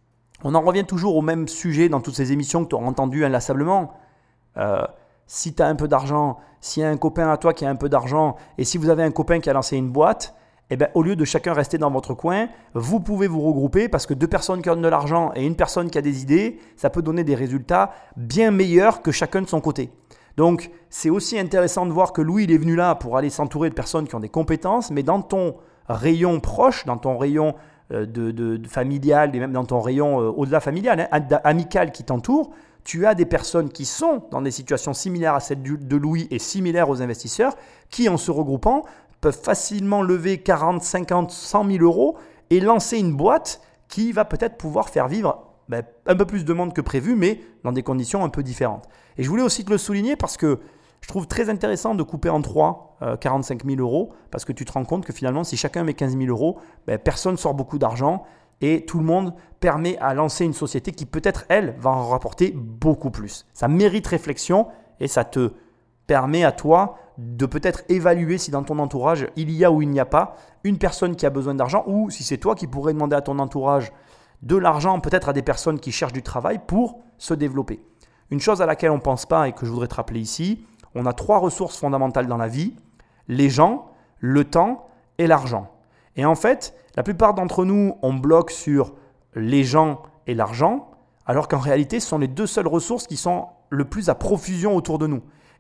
on en revient toujours au même sujet dans toutes ces émissions que tu auras entendues inlassablement. Euh, si tu as un peu d'argent, s'il y a un copain à toi qui a un peu d'argent, et si vous avez un copain qui a lancé une boîte, eh ben, au lieu de chacun rester dans votre coin, vous pouvez vous regrouper parce que deux personnes qui ont de l'argent et une personne qui a des idées, ça peut donner des résultats bien meilleurs que chacun de son côté. Donc, c'est aussi intéressant de voir que Louis, il est venu là pour aller s'entourer de personnes qui ont des compétences, mais dans ton rayon proche, dans ton rayon de, de, de familial et même dans ton rayon euh, au-delà familial, hein, amical qui t'entoure, tu as des personnes qui sont dans des situations similaires à celles de Louis et similaires aux investisseurs qui, en se regroupant, peuvent facilement lever quarante, cinquante, cent mille euros et lancer une boîte qui va peut-être pouvoir faire vivre ben, un peu plus de monde que prévu, mais dans des conditions un peu différentes. Et je voulais aussi te le souligner parce que je trouve très intéressant de couper en trois euh, quarante-cinq mille euros parce que tu te rends compte que finalement, si chacun met quinze mille euros, ben, personne ne sort beaucoup d'argent et tout le monde permet à lancer une société qui peut-être, elle, va en rapporter beaucoup plus. Ça mérite réflexion et ça te permet à toi de peut-être évaluer si dans ton entourage, il y a ou il n'y a pas une personne qui a besoin d'argent ou si c'est toi qui pourrais demander à ton entourage de l'argent, peut-être à des personnes qui cherchent du travail pour se développer. Une chose à laquelle on ne pense pas et que je voudrais te rappeler ici, on a trois ressources fondamentales dans la vie, les gens, le temps et l'argent. Et en fait, la plupart d'entre nous, on bloque sur les gens et l'argent, alors qu'en réalité, ce sont les deux seules ressources qui sont le plus à profusion autour de nous.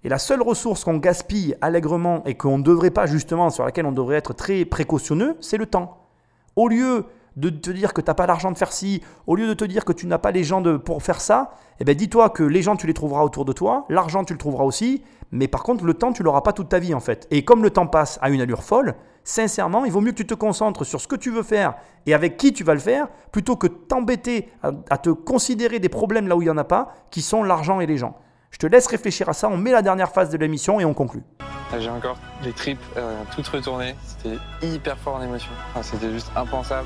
Et la seule ressource qu'on gaspille allègrement et qu'on ne devrait pas justement, sur laquelle on devrait être très précautionneux, c'est le temps. Au lieu de te dire que tu n'as pas l'argent de faire ci, au lieu de te dire que tu n'as pas les gens de, pour faire ça, eh ben dis-toi que les gens, tu les trouveras autour de toi, l'argent, tu le trouveras aussi, mais par contre, le temps, tu ne l'auras pas toute ta vie en fait. Et comme le temps passe à une allure folle, sincèrement, il vaut mieux que tu te concentres sur ce que tu veux faire et avec qui tu vas le faire, plutôt que t'embêter à, à te considérer des problèmes là où il n'y en a pas, qui sont l'argent et les gens. Je te laisse réfléchir à ça, on met la dernière phase de l'émission et on conclut. J'ai encore les tripes euh, toutes retournées, c'était hyper fort en émotion, enfin, c'était juste impensable.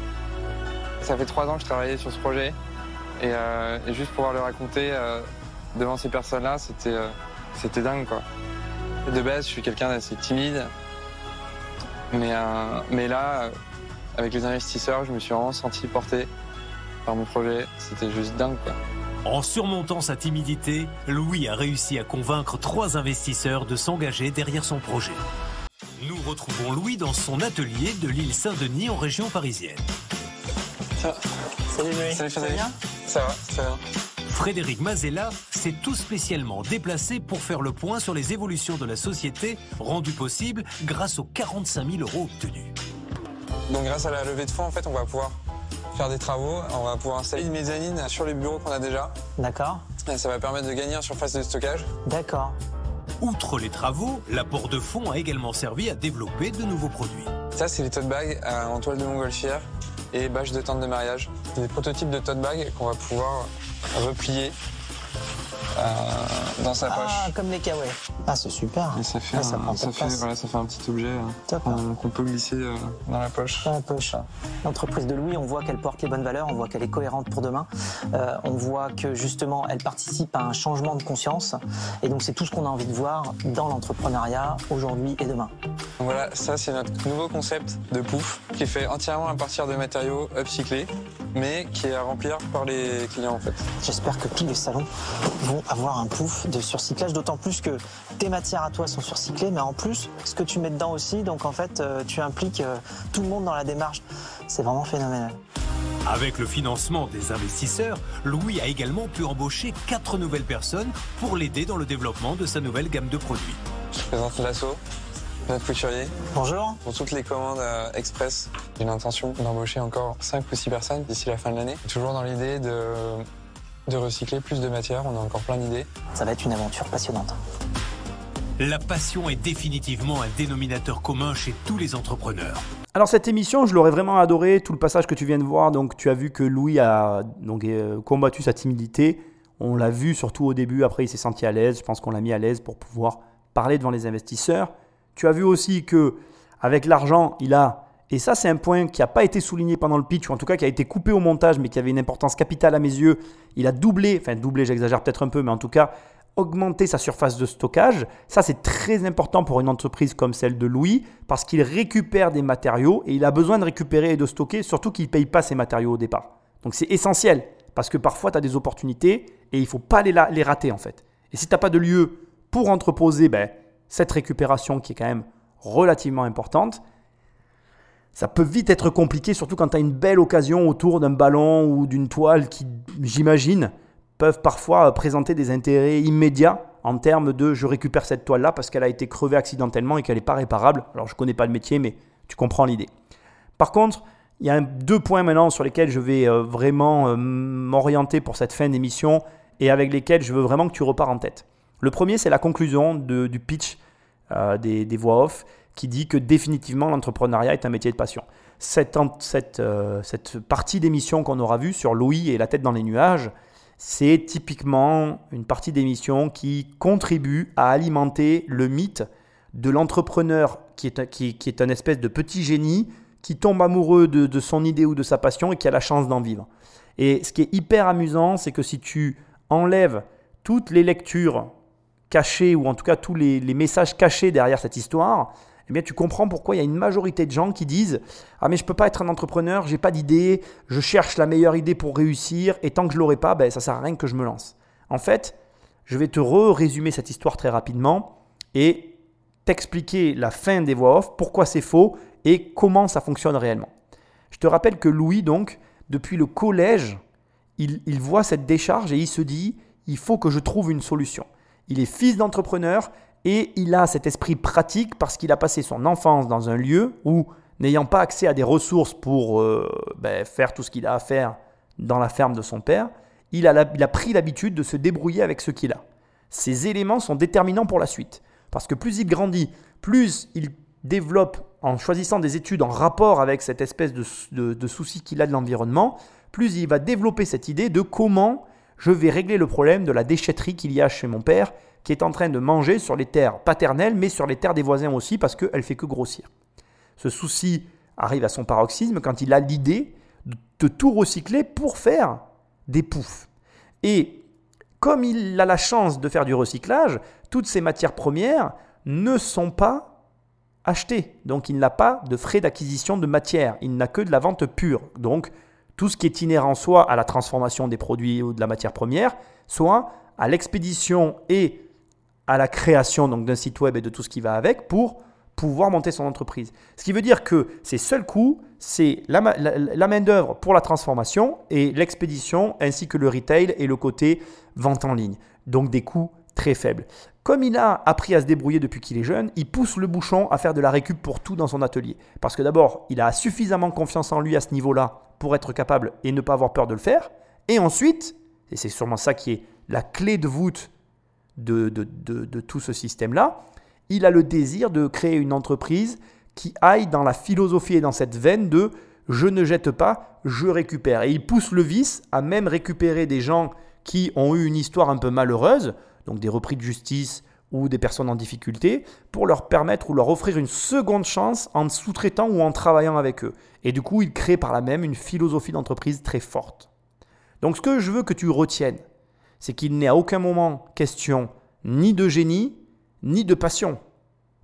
Ça fait trois ans que je travaillais sur ce projet et, euh, et juste pouvoir le raconter euh, devant ces personnes-là, c'était, euh, c'était dingue quoi. De base, je suis quelqu'un d'assez timide, mais, euh, mais là, euh, avec les investisseurs, je me suis vraiment senti porté par mon projet, c'était juste dingue quoi. En surmontant sa timidité, Louis a réussi à convaincre trois investisseurs de s'engager derrière son projet. Nous retrouvons Louis dans son atelier de l'île Saint-Denis en région parisienne. Ça va. Salut Louis. Salut Frédéric. Ça va, ça va. Frédéric Mazella s'est tout spécialement déplacé pour faire le point sur les évolutions de la société rendues possibles grâce aux quarante-cinq mille euros obtenus. Donc grâce à la levée de fonds, en fait, on va pouvoir faire des travaux, on va pouvoir installer une mezzanine sur les bureaux qu'on a déjà. D'accord. Ça va permettre de gagner en surface de stockage. D'accord. Outre les travaux, l'apport de fonds a également servi à développer de nouveaux produits. Ça, c'est les tote bags en toile de montgolfière et bâches de tente de mariage. C'est des prototypes de tote bags qu'on va pouvoir replier euh, dans sa poche. Ah, comme les kawaii. Ah, c'est super. Et ça fait, ah, ça, un, ça, fait, voilà, ça fait un petit objet euh, qu'on, qu'on peut glisser euh, dans la poche. Dans la poche. L'entreprise de Louis, on voit qu'elle porte les bonnes valeurs, on voit qu'elle est cohérente pour demain. Euh, on voit que justement, elle participe à un changement de conscience. Et donc, c'est tout ce qu'on a envie de voir dans l'entrepreneuriat aujourd'hui et demain. Donc voilà, ça, c'est notre nouveau concept de pouf qui est fait entièrement à partir de matériaux upcyclés, mais qui est à remplir par les clients en fait. J'espère que tous les salons vont avoir un pouf de surcyclage, d'autant plus que tes matières à toi sont surcyclées, mais en plus, ce que tu mets dedans aussi, donc en fait, euh, tu impliques euh, tout le monde dans la démarche. C'est vraiment phénoménal. Avec le financement des investisseurs, Louis a également pu embaucher quatre nouvelles personnes pour l'aider dans le développement de sa nouvelle gamme de produits. Je présente Lasso, notre couturier. Bonjour. Pour toutes les commandes euh, express, j'ai l'intention d'embaucher encore cinq ou six personnes d'ici la fin de l'année. Toujours dans l'idée de, de recycler plus de matière, on a encore plein d'idées. Ça va être une aventure passionnante. La passion est définitivement un dénominateur commun chez tous les entrepreneurs. Alors cette émission, je l'aurais vraiment adoré, tout le passage que tu viens de voir. Donc tu as vu que Louis a donc, euh, combattu sa timidité. On l'a vu surtout au début, après il s'est senti à l'aise. Je pense qu'on l'a mis à l'aise pour pouvoir parler devant les investisseurs. Tu as vu aussi qu'avec l'argent, il a, et ça c'est un point qui n'a pas été souligné pendant le pitch, ou en tout cas qui a été coupé au montage, mais qui avait une importance capitale à mes yeux. Il a doublé, enfin doublé, j'exagère peut-être un peu, mais en tout cas, augmenter sa surface de stockage. Ça, c'est très important pour une entreprise comme celle de Louis parce qu'il récupère des matériaux et il a besoin de récupérer et de stocker, surtout qu'il ne paye pas ses matériaux au départ. Donc, c'est essentiel parce que parfois, tu as des opportunités et il ne faut pas les, les rater en fait. Et si tu n'as pas de lieu pour entreposer ben, cette récupération qui est quand même relativement importante, ça peut vite être compliqué, surtout quand tu as une belle occasion autour d'un ballon ou d'une toile qui, j'imagine, peuvent parfois présenter des intérêts immédiats en termes de « je récupère cette toile-là parce qu'elle a été crevée accidentellement et qu'elle n'est pas réparable ». Alors, je ne connais pas le métier, mais tu comprends l'idée. Par contre, il y a deux points maintenant sur lesquels je vais euh, vraiment euh, m'orienter pour cette fin d'émission et avec lesquels je veux vraiment que tu repars en tête. Le premier, c'est la conclusion de, du pitch euh, des, des voix off qui dit que définitivement l'entrepreneuriat est un métier de passion. Cette, cette, euh, cette partie d'émission qu'on aura vue sur Louis et la tête dans les nuages, c'est typiquement une partie d'émission qui contribue à alimenter le mythe de l'entrepreneur qui est, qui, qui est un espèce de petit génie qui tombe amoureux de, de son idée ou de sa passion et qui a la chance d'en vivre. Et ce qui est hyper amusant, c'est que si tu enlèves toutes les lectures cachées ou en tout cas tous les, les messages cachés derrière cette histoire, eh bien, tu comprends pourquoi il y a une majorité de gens qui disent « Ah mais je ne peux pas être un entrepreneur, je n'ai pas d'idée, je cherche la meilleure idée pour réussir et tant que je ne l'aurai pas, ben, ça ne sert à rien que je me lance. » En fait, je vais te re-résumer cette histoire très rapidement et t'expliquer la fin des voix off, pourquoi c'est faux et comment ça fonctionne réellement. Je te rappelle que Louis, donc, depuis le collège, il, il voit cette décharge et il se dit « Il faut que je trouve une solution. » Il est fils d'entrepreneur, Et il a cet esprit pratique parce qu'il a passé son enfance dans un lieu où, n'ayant pas accès à des ressources pour euh, ben, faire tout ce qu'il a à faire dans la ferme de son père, il a, la, il a pris l'habitude de se débrouiller avec ce qu'il a. Ces éléments sont déterminants pour la suite. Parce que plus il grandit, plus il développe en choisissant des études en rapport avec cette espèce de, de, de souci qu'il a de l'environnement, plus il va développer cette idée de comment je vais régler le problème de la déchetterie qu'il y a chez mon père, qui est en train de manger sur les terres paternelles, mais sur les terres des voisins aussi, parce qu'elle ne fait que grossir. Ce souci arrive à son paroxysme quand il a l'idée de, de tout recycler pour faire des poufs. Et comme il a la chance de faire du recyclage, toutes ces matières premières ne sont pas achetées. Donc il n'a pas de frais d'acquisition de matière, il n'a que de la vente pure. Donc tout ce qui est inhérent soit à la transformation des produits ou de la matière première, soit à l'expédition et à la création donc, d'un site web et de tout ce qui va avec pour pouvoir monter son entreprise. Ce qui veut dire que ses seuls coûts, c'est la, la, la main-d'œuvre pour la transformation et l'expédition, ainsi que le retail et le côté vente en ligne. Donc des coûts très faibles. Comme il a appris à se débrouiller depuis qu'il est jeune, il pousse le bouchon à faire de la récup pour tout dans son atelier. Parce que d'abord, il a suffisamment confiance en lui à ce niveau-là pour être capable et ne pas avoir peur de le faire. Et ensuite, et c'est sûrement ça qui est la clé de voûte de, de, de, de tout ce système-là, il a le désir de créer une entreprise qui aille dans la philosophie et dans cette veine de « je ne jette pas, je récupère ». Et il pousse le vice à même récupérer des gens qui ont eu une histoire un peu malheureuse, donc des repris de justice ou des personnes en difficulté, pour leur permettre ou leur offrir une seconde chance en sous-traitant ou en travaillant avec eux. Et du coup, il crée par là même une philosophie d'entreprise très forte. Donc ce que je veux que tu retiennes, c'est qu'il n'est à aucun moment question ni de génie, ni de passion. Pourquoi ?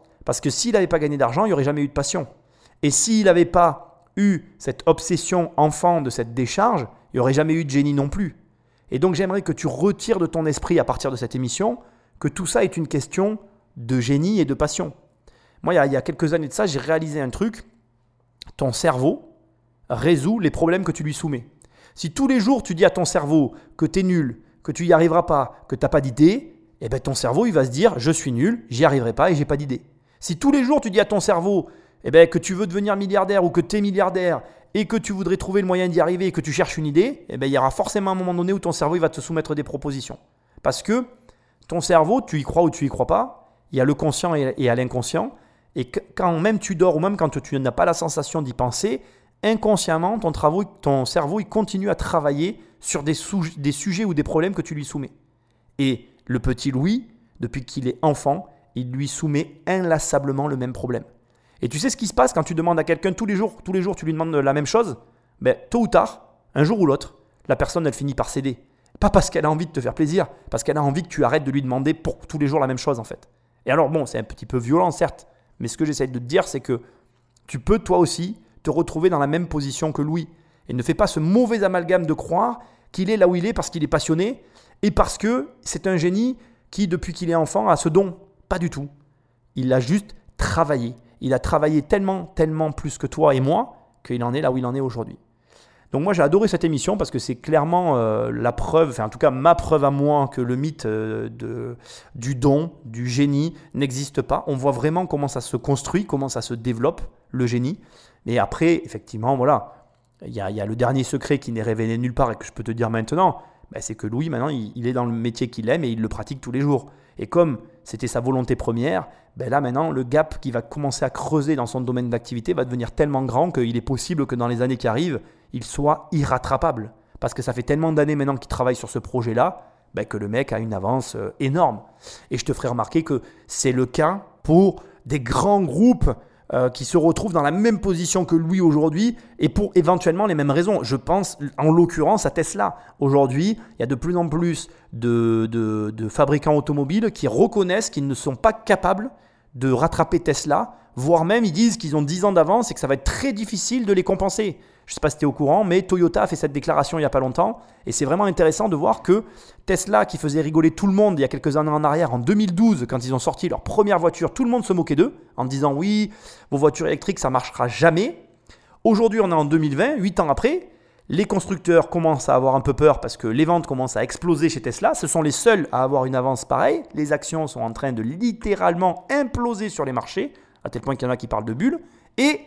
Parce que s'il n'avait pas gagné d'argent, il n'y aurait jamais eu de passion. Et s'il n'avait pas eu cette obsession enfant de cette décharge, il n'y aurait jamais eu de génie non plus. Et donc j'aimerais que tu retires de ton esprit à partir de cette émission que tout ça est une question de génie et de passion. Moi, il y a, il y a quelques années de ça, j'ai réalisé un truc. Ton cerveau résout les problèmes que tu lui soumets. Si tous les jours tu dis à ton cerveau que tu es nul, que tu n'y arriveras pas, que tu n'as pas d'idée, eh ben ton cerveau il va se dire je suis nul, j'y arriverai pas et j'ai pas d'idée. Si tous les jours tu dis à ton cerveau eh ben, que tu veux devenir milliardaire ou que tu es milliardaire et que tu voudrais trouver le moyen d'y arriver et que tu cherches une idée, eh ben, il y aura forcément un moment donné où ton cerveau il va te soumettre des propositions. Parce que ton cerveau, tu y crois ou tu y crois pas, il y a le conscient et, et à l'inconscient. Et quand même tu dors ou même quand tu n'as pas la sensation d'y penser, inconsciemment, ton, travaux, ton cerveau il continue à travailler sur des, sou- des sujets ou des problèmes que tu lui soumets. Et le petit Louis, depuis qu'il est enfant, il lui soumet inlassablement le même problème. Et tu sais ce qui se passe quand tu demandes à quelqu'un tous les jours, tous les jours tu lui demandes la même chose, ben, tôt ou tard, un jour ou l'autre, la personne elle finit par céder. Pas parce qu'elle a envie de te faire plaisir, parce qu'elle a envie que tu arrêtes de lui demander pour tous les jours la même chose en fait. Et alors bon, c'est un petit peu violent certes, mais ce que j'essaie de te dire c'est que tu peux toi aussi te retrouver dans la même position que Louis. Et ne fais pas ce mauvais amalgame de croire qu'il est là où il est parce qu'il est passionné et parce que c'est un génie qui, depuis qu'il est enfant, a ce don. Pas du tout. Il a juste travaillé. Il a travaillé tellement, tellement plus que toi et moi qu'il en est là où il en est aujourd'hui. Donc moi, j'ai adoré cette émission parce que c'est clairement euh, la preuve, enfin en tout cas ma preuve à moi que le mythe euh, de, du don, du génie n'existe pas. On voit vraiment comment ça se construit, comment ça se développe, le génie. Et après, effectivement, voilà, il y a, il y a le dernier secret qui n'est révélé nulle part et que je peux te dire maintenant, ben c'est que Louis, maintenant, il, il est dans le métier qu'il aime et il le pratique tous les jours. Et comme c'était sa volonté première, ben là maintenant, le gap qui va commencer à creuser dans son domaine d'activité va devenir tellement grand qu'il est possible que dans les années qui arrivent, il soit irrattrapable. Parce que ça fait tellement d'années maintenant qu'il travaille sur ce projet-là, ben que le mec a une avance euh, énorme. Et je te ferai remarquer que c'est le cas pour des grands groupes euh, qui se retrouvent dans la même position que lui aujourd'hui et pour éventuellement les mêmes raisons. Je pense en l'occurrence à Tesla. Aujourd'hui, il y a de plus en plus de, de, de fabricants automobiles qui reconnaissent qu'ils ne sont pas capables de rattraper Tesla, voire même ils disent qu'ils ont dix ans d'avance et que ça va être très difficile de les compenser. Je ne sais pas si tu es au courant, mais Toyota a fait cette déclaration il n'y a pas longtemps et c'est vraiment intéressant de voir que Tesla, qui faisait rigoler tout le monde il y a quelques années en arrière, en deux mille douze, quand ils ont sorti leur première voiture, tout le monde se moquait d'eux en disant « oui, vos voitures électriques, ça ne marchera jamais ». Aujourd'hui, on est en deux mille vingt, huit ans après, Les constructeurs commencent à avoir un peu peur parce que les ventes commencent à exploser chez Tesla. Ce sont les seuls à avoir une avance pareille. Les actions sont en train de littéralement imploser sur les marchés, à tel point qu'il y en a qui parlent de bulles. Et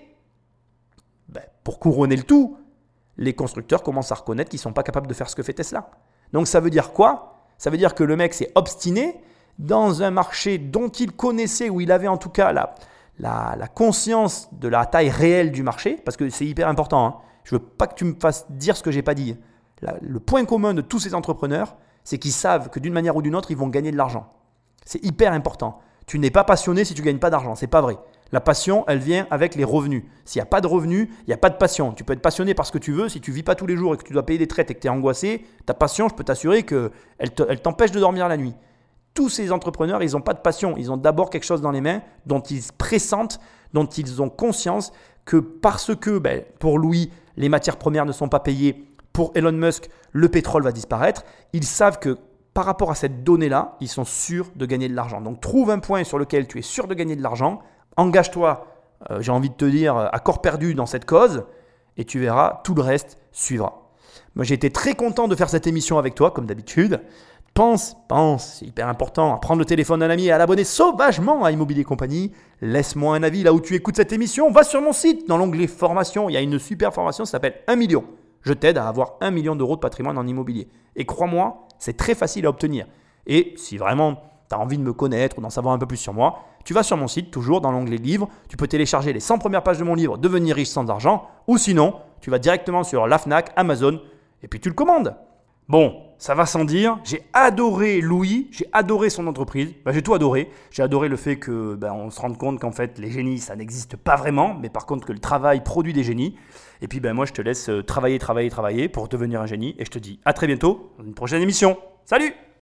ben, pour couronner le tout, les constructeurs commencent à reconnaître qu'ils ne sont pas capables de faire ce que fait Tesla. Donc ça veut dire quoi ? Ça veut dire que le mec s'est obstiné dans un marché dont il connaissait, ou il avait en tout cas la, la, la conscience de la taille réelle du marché, parce que c'est hyper important, hein. Je ne veux pas que tu me fasses dire ce que je n'ai pas dit. La, le point commun de tous ces entrepreneurs, c'est qu'ils savent que d'une manière ou d'une autre, ils vont gagner de l'argent. C'est hyper important. Tu n'es pas passionné si tu ne gagnes pas d'argent. Ce n'est pas vrai. La passion, elle vient avec les revenus. S'il n'y a pas de revenus, il n'y a pas de passion. Tu peux être passionné par ce que tu veux. Si tu ne vis pas tous les jours et que tu dois payer des traites et que tu es angoissé, ta passion, je peux t'assurer qu'elle te, elle t'empêche de dormir la nuit. Tous ces entrepreneurs, ils n'ont pas de passion. Ils ont d'abord quelque chose dans les mains dont ils pressentent, dont ils ont conscience que parce que, ben, pour Louis, les matières premières ne sont pas payées, pour Elon Musk, le pétrole va disparaître, ils savent que par rapport à cette donnée-là, ils sont sûrs de gagner de l'argent. Donc trouve un point sur lequel tu es sûr de gagner de l'argent, engage-toi, euh, j'ai envie de te dire, à corps perdu dans cette cause, et tu verras, tout le reste suivra. Moi, j'ai été très content de faire cette émission avec toi, comme d'habitude. Pense, pense, c'est hyper important, à prendre le téléphone d'un ami et à l'abonner sauvagement à Immobilier Compagnie. Laisse-moi un avis là où tu écoutes cette émission. Va sur mon site, dans l'onglet formation, il y a une super formation, ça s'appelle un million. Je t'aide à avoir un million d'euros de patrimoine en immobilier. Et crois-moi, c'est très facile à obtenir. Et si vraiment tu as envie de me connaître ou d'en savoir un peu plus sur moi, tu vas sur mon site, toujours dans l'onglet livres. Tu peux télécharger les cent premières pages de mon livre « Devenir riche sans argent » ou sinon, tu vas directement sur la Fnac, Amazon et puis tu le commandes. Bon, ça va sans dire, j'ai adoré Louis, j'ai adoré son entreprise, ben, j'ai tout adoré. J'ai adoré le fait qu'on ben, se rende compte qu'en fait les génies ça n'existe pas vraiment, mais par contre que le travail produit des génies. Et puis ben, moi je te laisse travailler, travailler, travailler pour devenir un génie et je te dis à très bientôt dans une prochaine émission. Salut!